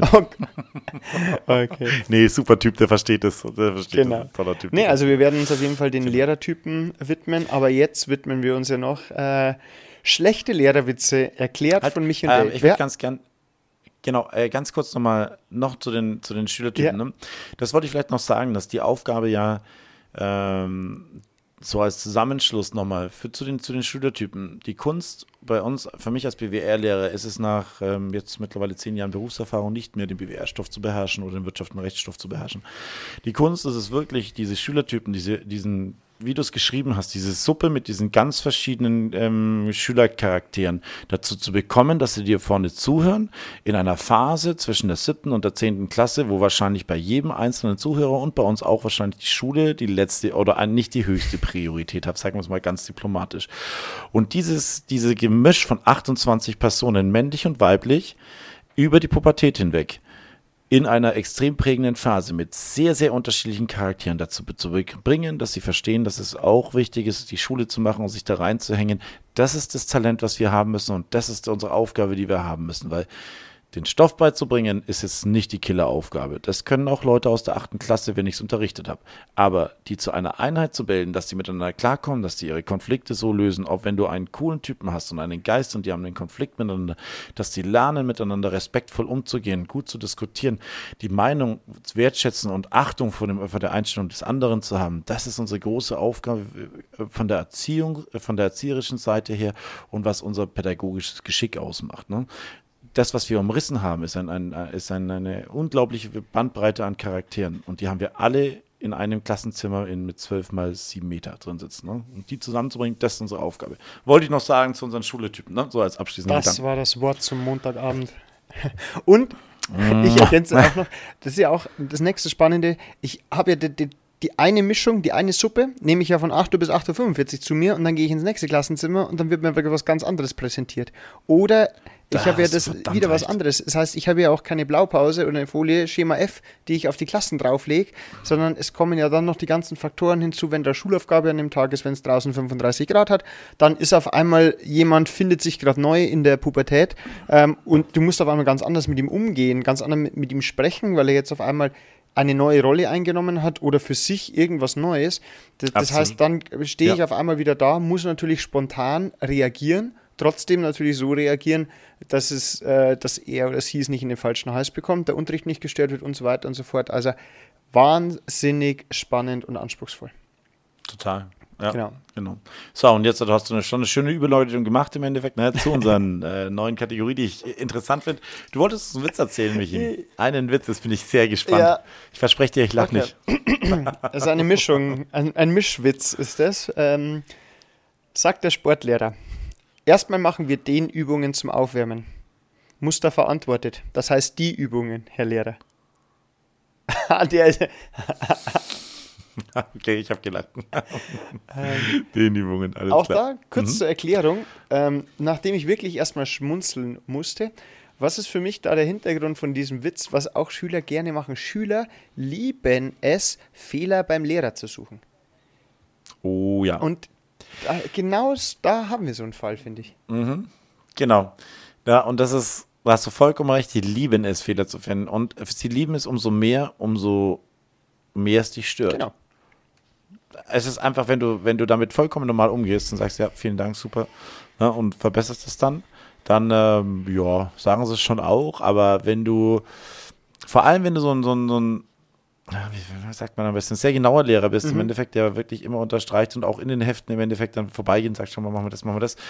Speaker 1: Okay.
Speaker 2: Nee, super Typ, der versteht es.
Speaker 1: Genau.
Speaker 2: Toller Typ.
Speaker 1: Nee, also wir werden uns auf jeden Fall den Lehrertypen widmen, aber jetzt widmen wir uns ja noch schlechte Lehrerwitze, erklärt von mich und Dave.
Speaker 2: Ich würde ganz gern, ganz kurz noch zu den Schülertypen.
Speaker 1: Ja.
Speaker 2: Ne? Das wollte ich vielleicht noch sagen, dass die Aufgabe ja so als Zusammenschluss nochmal zu den Schülertypen. Die Kunst bei uns, für mich als BWR-Lehrer, ist es nach jetzt mittlerweile 10 Jahren Berufserfahrung nicht mehr, den BWR-Stoff zu beherrschen oder den Wirtschafts- und Rechtsstoff zu beherrschen. Die Kunst ist es wirklich, diese Schülertypen, diesen, wie du es geschrieben hast, diese Suppe mit diesen ganz verschiedenen Schülercharakteren dazu zu bekommen, dass sie dir vorne zuhören, in einer Phase zwischen der 7. und der 10. Klasse, wo wahrscheinlich bei jedem einzelnen Zuhörer und bei uns auch wahrscheinlich die Schule die letzte oder nicht die höchste Priorität hat, sagen wir es mal ganz diplomatisch. Und diese Gemisch von 28 Personen, männlich und weiblich, über die Pubertät hinweg, in einer extrem prägenden Phase mit sehr, sehr unterschiedlichen Charakteren dazu zu bringen, dass sie verstehen, dass es auch wichtig ist, die Schule zu machen und sich da reinzuhängen. Das ist das Talent, was wir haben müssen und das ist unsere Aufgabe, die wir haben müssen, weil den Stoff beizubringen ist jetzt nicht die Killeraufgabe. Das können auch Leute aus der 8. Klasse, wenn ich es unterrichtet habe. Aber die zu einer Einheit zu bilden, dass die miteinander klarkommen, dass die ihre Konflikte so lösen, auch wenn du einen coolen Typen hast und einen Geist und die haben einen Konflikt miteinander, dass die lernen, miteinander respektvoll umzugehen, gut zu diskutieren, die Meinung wertschätzen und Achtung vor der Einstellung des anderen zu haben, das ist unsere große Aufgabe von der Erziehung, von der erzieherischen Seite her und was unser pädagogisches Geschick ausmacht. Ne? Das, was wir umrissen haben, ist eine unglaubliche Bandbreite an Charakteren. Und die haben wir alle in einem Klassenzimmer mit 12 mal 7 Meter drin sitzen. Ne? Und die zusammenzubringen, das ist unsere Aufgabe. Wollte ich noch sagen zu unseren Schultypen, ne? So als abschließender
Speaker 1: Das
Speaker 2: Gedanke.
Speaker 1: war das Wort zum Montagabend. Und ich ergänze auch noch, das ist ja auch das nächste Spannende, ich habe ja die eine Mischung, die eine Suppe, nehme ich ja von 8 Uhr bis 8.45 Uhr zu mir und dann gehe ich ins nächste Klassenzimmer und dann wird mir was ganz anderes präsentiert. Oder ich habe ja wieder was anderes. Das heißt, ich habe ja auch keine Blaupause oder eine Folie, Schema F, die ich auf die Klassen drauflege, sondern es kommen ja dann noch die ganzen Faktoren hinzu, wenn da Schulaufgabe an dem Tag ist, wenn es draußen 35 Grad hat, dann ist auf einmal jemand, findet sich gerade neu in der Pubertät und du musst auf einmal ganz anders mit ihm umgehen, ganz anders mit ihm sprechen, weil er jetzt auf einmal eine neue Rolle eingenommen hat oder für sich irgendwas Neues. Das heißt, dann stehe ich auf einmal wieder da, muss natürlich spontan reagieren, trotzdem natürlich so reagieren, dass er oder sie es nicht in den falschen Hals bekommt, der Unterricht nicht gestört wird und so weiter und so fort. Also wahnsinnig spannend und anspruchsvoll.
Speaker 2: Total. Ja,
Speaker 1: genau.
Speaker 2: So, und jetzt hast du schon eine schöne Überleitung gemacht im Endeffekt, ne, zu unseren neuen Kategorie, die ich interessant finde. Du wolltest uns einen Witz erzählen, Michi. Einen Witz, das bin ich sehr gespannt. Ja. Ich verspreche dir, ich lache nicht.
Speaker 1: Das ist eine Mischung, ein Mischwitz ist das. Sagt der Sportlehrer. Erstmal machen wir den Übungen zum Aufwärmen. Muster verantwortet. Das heißt die Übungen, Herr Lehrer.
Speaker 2: Okay, ich habe gelacht. Den Übungen, alles
Speaker 1: auch
Speaker 2: klar.
Speaker 1: Da, kurz zur Erklärung, nachdem ich wirklich erstmal schmunzeln musste, was ist für mich da der Hintergrund von diesem Witz, was auch Schüler gerne machen? Schüler lieben es, Fehler beim Lehrer zu suchen.
Speaker 2: Oh ja.
Speaker 1: Und genau da haben wir so einen Fall, finde ich.
Speaker 2: Mhm. Genau. Ja, und das ist, da hast du vollkommen recht, die lieben es, Fehler zu finden. Und sie lieben es umso mehr es dich stört.
Speaker 1: Genau.
Speaker 2: Es ist einfach, wenn du damit vollkommen normal umgehst und sagst, ja, vielen Dank, super, ne, und verbesserst es dann, sagen sie es schon auch, aber vor allem wenn du so ein wie sagt man am besten, sehr genauer Lehrer bist, im Endeffekt, der wirklich immer unterstreicht und auch in den Heften im Endeffekt dann vorbeigehen und sagt, schon mal, machen wir das,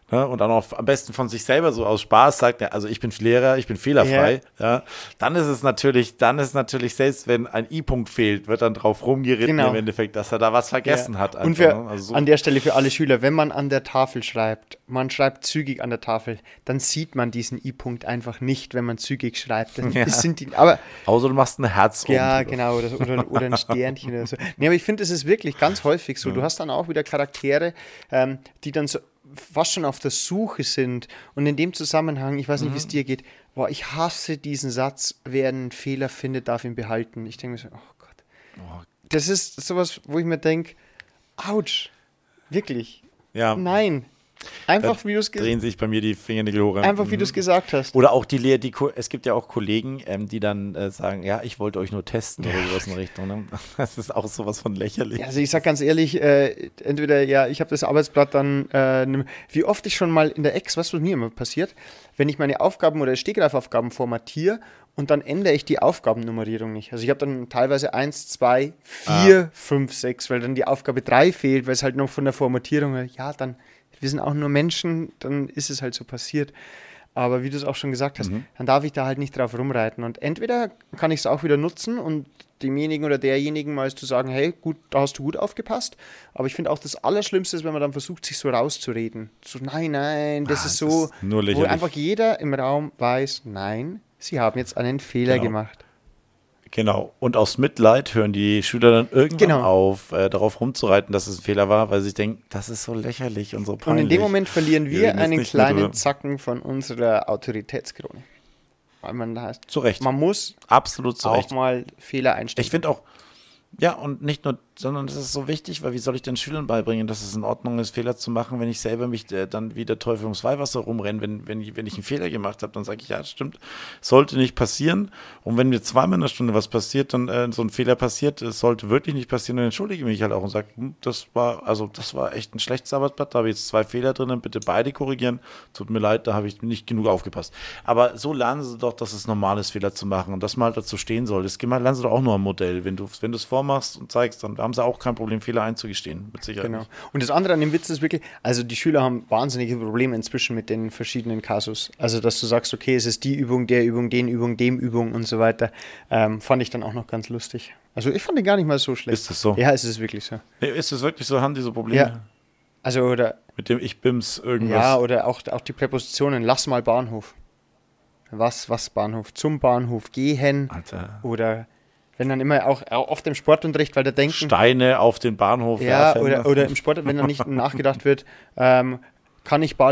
Speaker 2: ne, und dann auch am besten von sich selber so aus Spaß sagt, ja, also ich bin Lehrer, ich bin fehlerfrei, ja, dann ist natürlich, selbst wenn ein I-Punkt fehlt, wird dann drauf rumgeritten im Endeffekt, dass er da was vergessen hat. Einfach,
Speaker 1: und für,
Speaker 2: ne? Also so.
Speaker 1: An der Stelle für alle Schüler, wenn man an der Tafel schreibt, man schreibt zügig an der Tafel, dann sieht man diesen I-Punkt einfach nicht, wenn man zügig schreibt. Das sind die, aber
Speaker 2: außer du machst ein Herz oben.
Speaker 1: Ja, genau, oder ein Sternchen oder so. Nee, aber ich finde, es ist wirklich ganz häufig so. Du hast dann auch wieder Charaktere, die dann so fast schon auf der Suche sind. Und in dem Zusammenhang, ich weiß nicht, wie es dir geht, ich hasse diesen Satz, wer einen Fehler findet, darf ihn behalten. Ich denke mir so, oh Gott. Das ist sowas, wo ich mir denke, ouch, wirklich, nein. Einfach, wie du es
Speaker 2: drehen sich bei mir die Fingernägel hoch.
Speaker 1: Einfach, wie du es gesagt hast.
Speaker 2: Oder auch es gibt ja auch Kollegen, die dann sagen, ja, ich wollte euch nur testen oder sowas in der Richtung. Ne? Das ist auch sowas von lächerlich.
Speaker 1: Also ich sag ganz ehrlich, entweder, ich habe das Arbeitsblatt dann, wie oft ich schon mal in der Ex, was mir immer passiert, wenn ich meine Aufgaben oder Stegreifaufgaben formatiere und dann ändere ich die Aufgabennummerierung nicht. Also ich habe dann teilweise 1, 2, 4, 5, 6, weil dann die Aufgabe 3 fehlt, weil es halt noch von der Formatierung, dann wir sind auch nur Menschen, dann ist es halt so passiert. Aber wie du es auch schon gesagt hast, dann darf ich da halt nicht drauf rumreiten. Und entweder kann ich es auch wieder nutzen und demjenigen oder derjenigen mal zu sagen, hey, gut, da hast du gut aufgepasst. Aber ich finde auch das Allerschlimmste ist, wenn man dann versucht, sich so rauszureden. So, nein, das ist so,
Speaker 2: ist nur
Speaker 1: wo einfach jeder im Raum weiß, nein, sie haben jetzt einen Fehler gemacht.
Speaker 2: Genau. Und aus Mitleid hören die Schüler dann irgendwann auf, darauf rumzureiten, dass es ein Fehler war, weil sie denken, das ist so lächerlich und so peinlich.
Speaker 1: Und in dem Moment verlieren wir einen kleinen Zacken von unserer Autoritätskrone. Weil man da heißt,
Speaker 2: zu Recht.
Speaker 1: Man muss
Speaker 2: absolut zu Recht
Speaker 1: auch mal Fehler einstellen.
Speaker 2: Ich finde auch, ja, und nicht nur, sondern das ist so wichtig, weil wie soll ich den Schülern beibringen, dass es in Ordnung ist, Fehler zu machen, wenn ich selber mich dann wie der Teufel ums Weihwasser rumrenne, wenn ich einen Fehler gemacht habe, dann sage ich, ja, das stimmt, sollte nicht passieren. Und wenn mir zweimal in der Stunde was passiert, dann so ein Fehler passiert, es sollte wirklich nicht passieren, dann entschuldige ich mich halt auch und sage, das war echt ein schlechtes Arbeitsblatt, da habe ich jetzt 2 Fehler drin, bitte beide korrigieren, tut mir leid, da habe ich nicht genug aufgepasst. Aber so lernen sie doch, dass es normal ist, Fehler zu machen und dass man halt dazu stehen soll. Das lernen sie doch auch nur am Modell. Wenn du es vormachst und zeigst, dann haben sie auch kein Problem, Fehler einzugestehen, mit Sicherheit.
Speaker 1: Genau. Und das andere an dem Witz ist wirklich, also die Schüler haben wahnsinnige Probleme inzwischen mit den verschiedenen Kasus. Also, dass du sagst, okay, es ist die Übung, der Übung, den Übung, dem Übung und so weiter, fand ich dann auch noch ganz lustig. Also, ich fand den gar nicht mal so schlecht.
Speaker 2: Ist das so?
Speaker 1: Ja, es ist wirklich so.
Speaker 2: Ist es wirklich so? Haben die so Probleme?
Speaker 1: Ja. Also, oder...
Speaker 2: Mit dem Ich-Bims irgendwas?
Speaker 1: Ja, oder auch die Präpositionen, lass mal Bahnhof. Was Bahnhof? Zum Bahnhof gehen.
Speaker 2: Alter.
Speaker 1: Oder... Wenn dann immer auch oft im Sportunterricht, weil da denken...
Speaker 2: Steine auf den Bahnhof
Speaker 1: werfen. Oder im Sport, wenn dann nicht nachgedacht wird, kann ich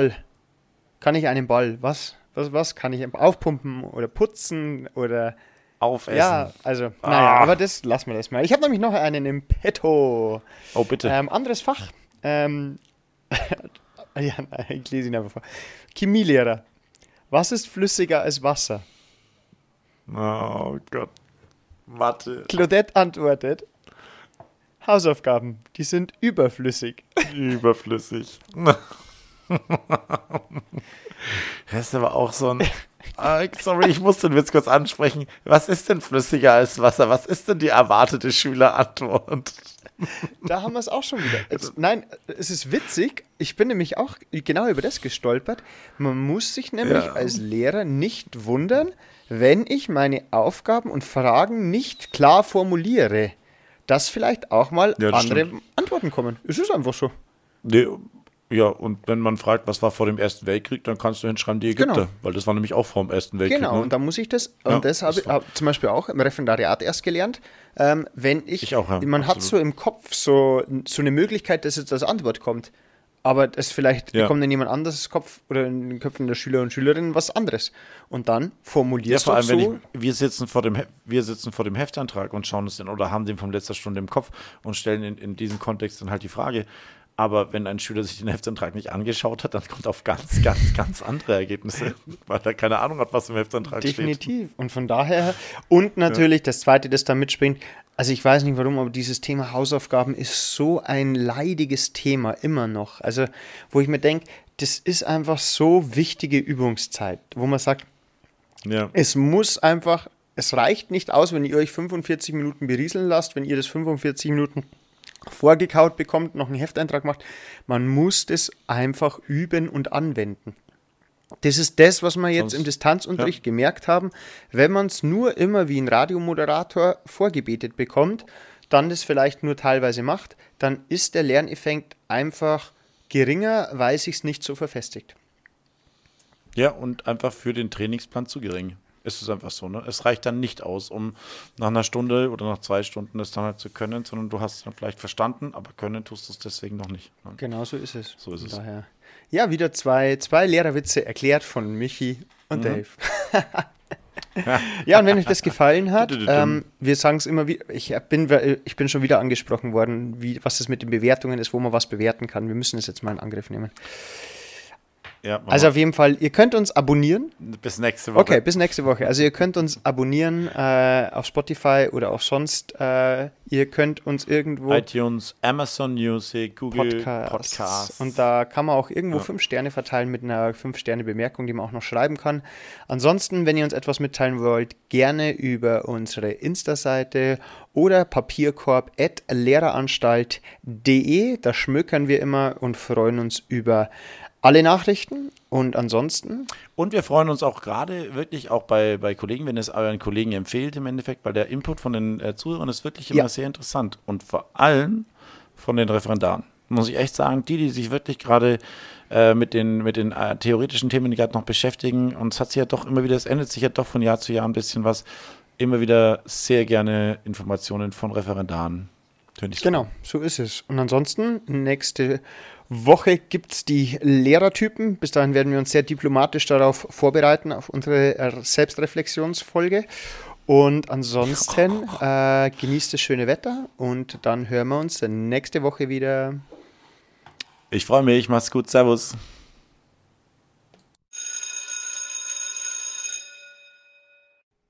Speaker 1: einen Ball? Was kann ich aufpumpen oder putzen oder...
Speaker 2: Aufessen.
Speaker 1: Ja, also, aber das lassen wir das mal. Ich habe nämlich noch einen im Petto.
Speaker 2: Oh, bitte.
Speaker 1: Anderes Fach. Ich lese ihn einfach vor. Chemielehrer. Was ist flüssiger als Wasser?
Speaker 2: Oh Gott. Warte.
Speaker 1: Claudette antwortet, Hausaufgaben, die sind überflüssig.
Speaker 2: Überflüssig. Das ist aber auch so ein... Sorry, ich muss den Witz kurz ansprechen. Was ist denn flüssiger als Wasser? Was ist denn die erwartete Schülerantwort?
Speaker 1: Da haben wir es auch schon wieder. Nein, es ist witzig. Ich bin nämlich auch genau über das gestolpert. Man muss sich nämlich als Lehrer nicht wundern, wenn ich meine Aufgaben und Fragen nicht klar formuliere, dass vielleicht auch mal andere Antworten kommen. Es ist einfach so.
Speaker 2: Ja, und wenn man fragt, was war vor dem Ersten Weltkrieg, dann kannst du hinschreiben, die Ägypter, weil das war nämlich auch vor dem Ersten Weltkrieg.
Speaker 1: Genau, und da muss ich das, und das habe ich zum Beispiel auch im Referendariat erst gelernt, wenn ich auch, man hat so im Kopf so eine Möglichkeit, dass jetzt als Antwort kommt, aber das vielleicht bekommt in jemand anderes Kopf oder in den Köpfen der Schüler und Schülerinnen was anderes. Und dann formulierst du so.
Speaker 2: Wir sitzen vor dem Heftantrag und schauen es dann oder haben den von letzter Stunde im Kopf und stellen in diesem Kontext dann halt die Frage. Aber wenn ein Schüler sich den Heftantrag nicht angeschaut hat, dann kommt auf ganz, ganz, ganz andere Ergebnisse, weil er keine Ahnung hat, was im Heftantrag steht.
Speaker 1: Definitiv. Und von daher, und natürlich das Zweite, das da mitspringt, also ich weiß nicht warum, aber dieses Thema Hausaufgaben ist so ein leidiges Thema immer noch. Also wo ich mir denke, das ist einfach so wichtige Übungszeit, wo man sagt, es reicht nicht aus, wenn ihr euch 45 Minuten berieseln lasst, wenn ihr das 45 Minuten vorgekaut bekommt, noch einen Hefteintrag macht. Man muss das einfach üben und anwenden. Das ist das, was wir jetzt im Distanzunterricht gemerkt haben. Wenn man es nur immer wie ein Radiomoderator vorgebetet bekommt, dann das vielleicht nur teilweise macht, dann ist der Lerneffekt einfach geringer, weil sich es nicht so verfestigt.
Speaker 2: Ja, und einfach für den Trainingsplan zu gering. Es ist einfach so, ne? Es reicht dann nicht aus, um nach einer Stunde oder nach 2 Stunden das dann halt zu können, sondern du hast es dann vielleicht verstanden, aber können tust du es deswegen noch nicht. Ne?
Speaker 1: Genau so ist es.
Speaker 2: So ist es.
Speaker 1: Daher. Ja, wieder zwei Lehrerwitze erklärt von Michi und Dave. Ja, und wenn euch das gefallen hat, wir sagen es immer wieder, ich bin schon wieder angesprochen worden, was das mit den Bewertungen ist, wo man was bewerten kann. Wir müssen es jetzt mal in Angriff nehmen.
Speaker 2: Ja,
Speaker 1: also auf jeden Fall, ihr könnt uns abonnieren.
Speaker 2: Bis nächste Woche.
Speaker 1: Okay, bis nächste Woche. Also ihr könnt uns abonnieren auf Spotify oder auch sonst. Ihr könnt uns irgendwo...
Speaker 2: iTunes, Amazon Music, Google Podcasts.
Speaker 1: Und da kann man auch irgendwo 5 Sterne verteilen mit einer 5-Sterne-Bemerkung, die man auch noch schreiben kann. Ansonsten, wenn ihr uns etwas mitteilen wollt, gerne über unsere Insta-Seite oder papierkorb@lehreranstalt.de. Da schmökern wir immer und freuen uns über alle Nachrichten und ansonsten.
Speaker 2: Und wir freuen uns auch gerade wirklich auch bei Kollegen, wenn es euren Kollegen empfehlt im Endeffekt, weil der Input von den Zuhörern ist wirklich immer sehr interessant und vor allem von den Referendaren. Muss ich echt sagen, die sich wirklich gerade mit den theoretischen Themen gerade noch beschäftigen, und es hat sich ja doch immer wieder, es ändert sich ja doch von Jahr zu Jahr ein bisschen was, immer wieder sehr gerne Informationen von Referendaren.
Speaker 1: Genau, so ist es. Und ansonsten, nächste Woche gibt es die Lehrertypen. Bis dahin werden wir uns sehr diplomatisch darauf vorbereiten, auf unsere Selbstreflexionsfolge. Und ansonsten genießt das schöne Wetter und dann hören wir uns nächste Woche wieder.
Speaker 2: Ich freue mich, mach's gut, servus.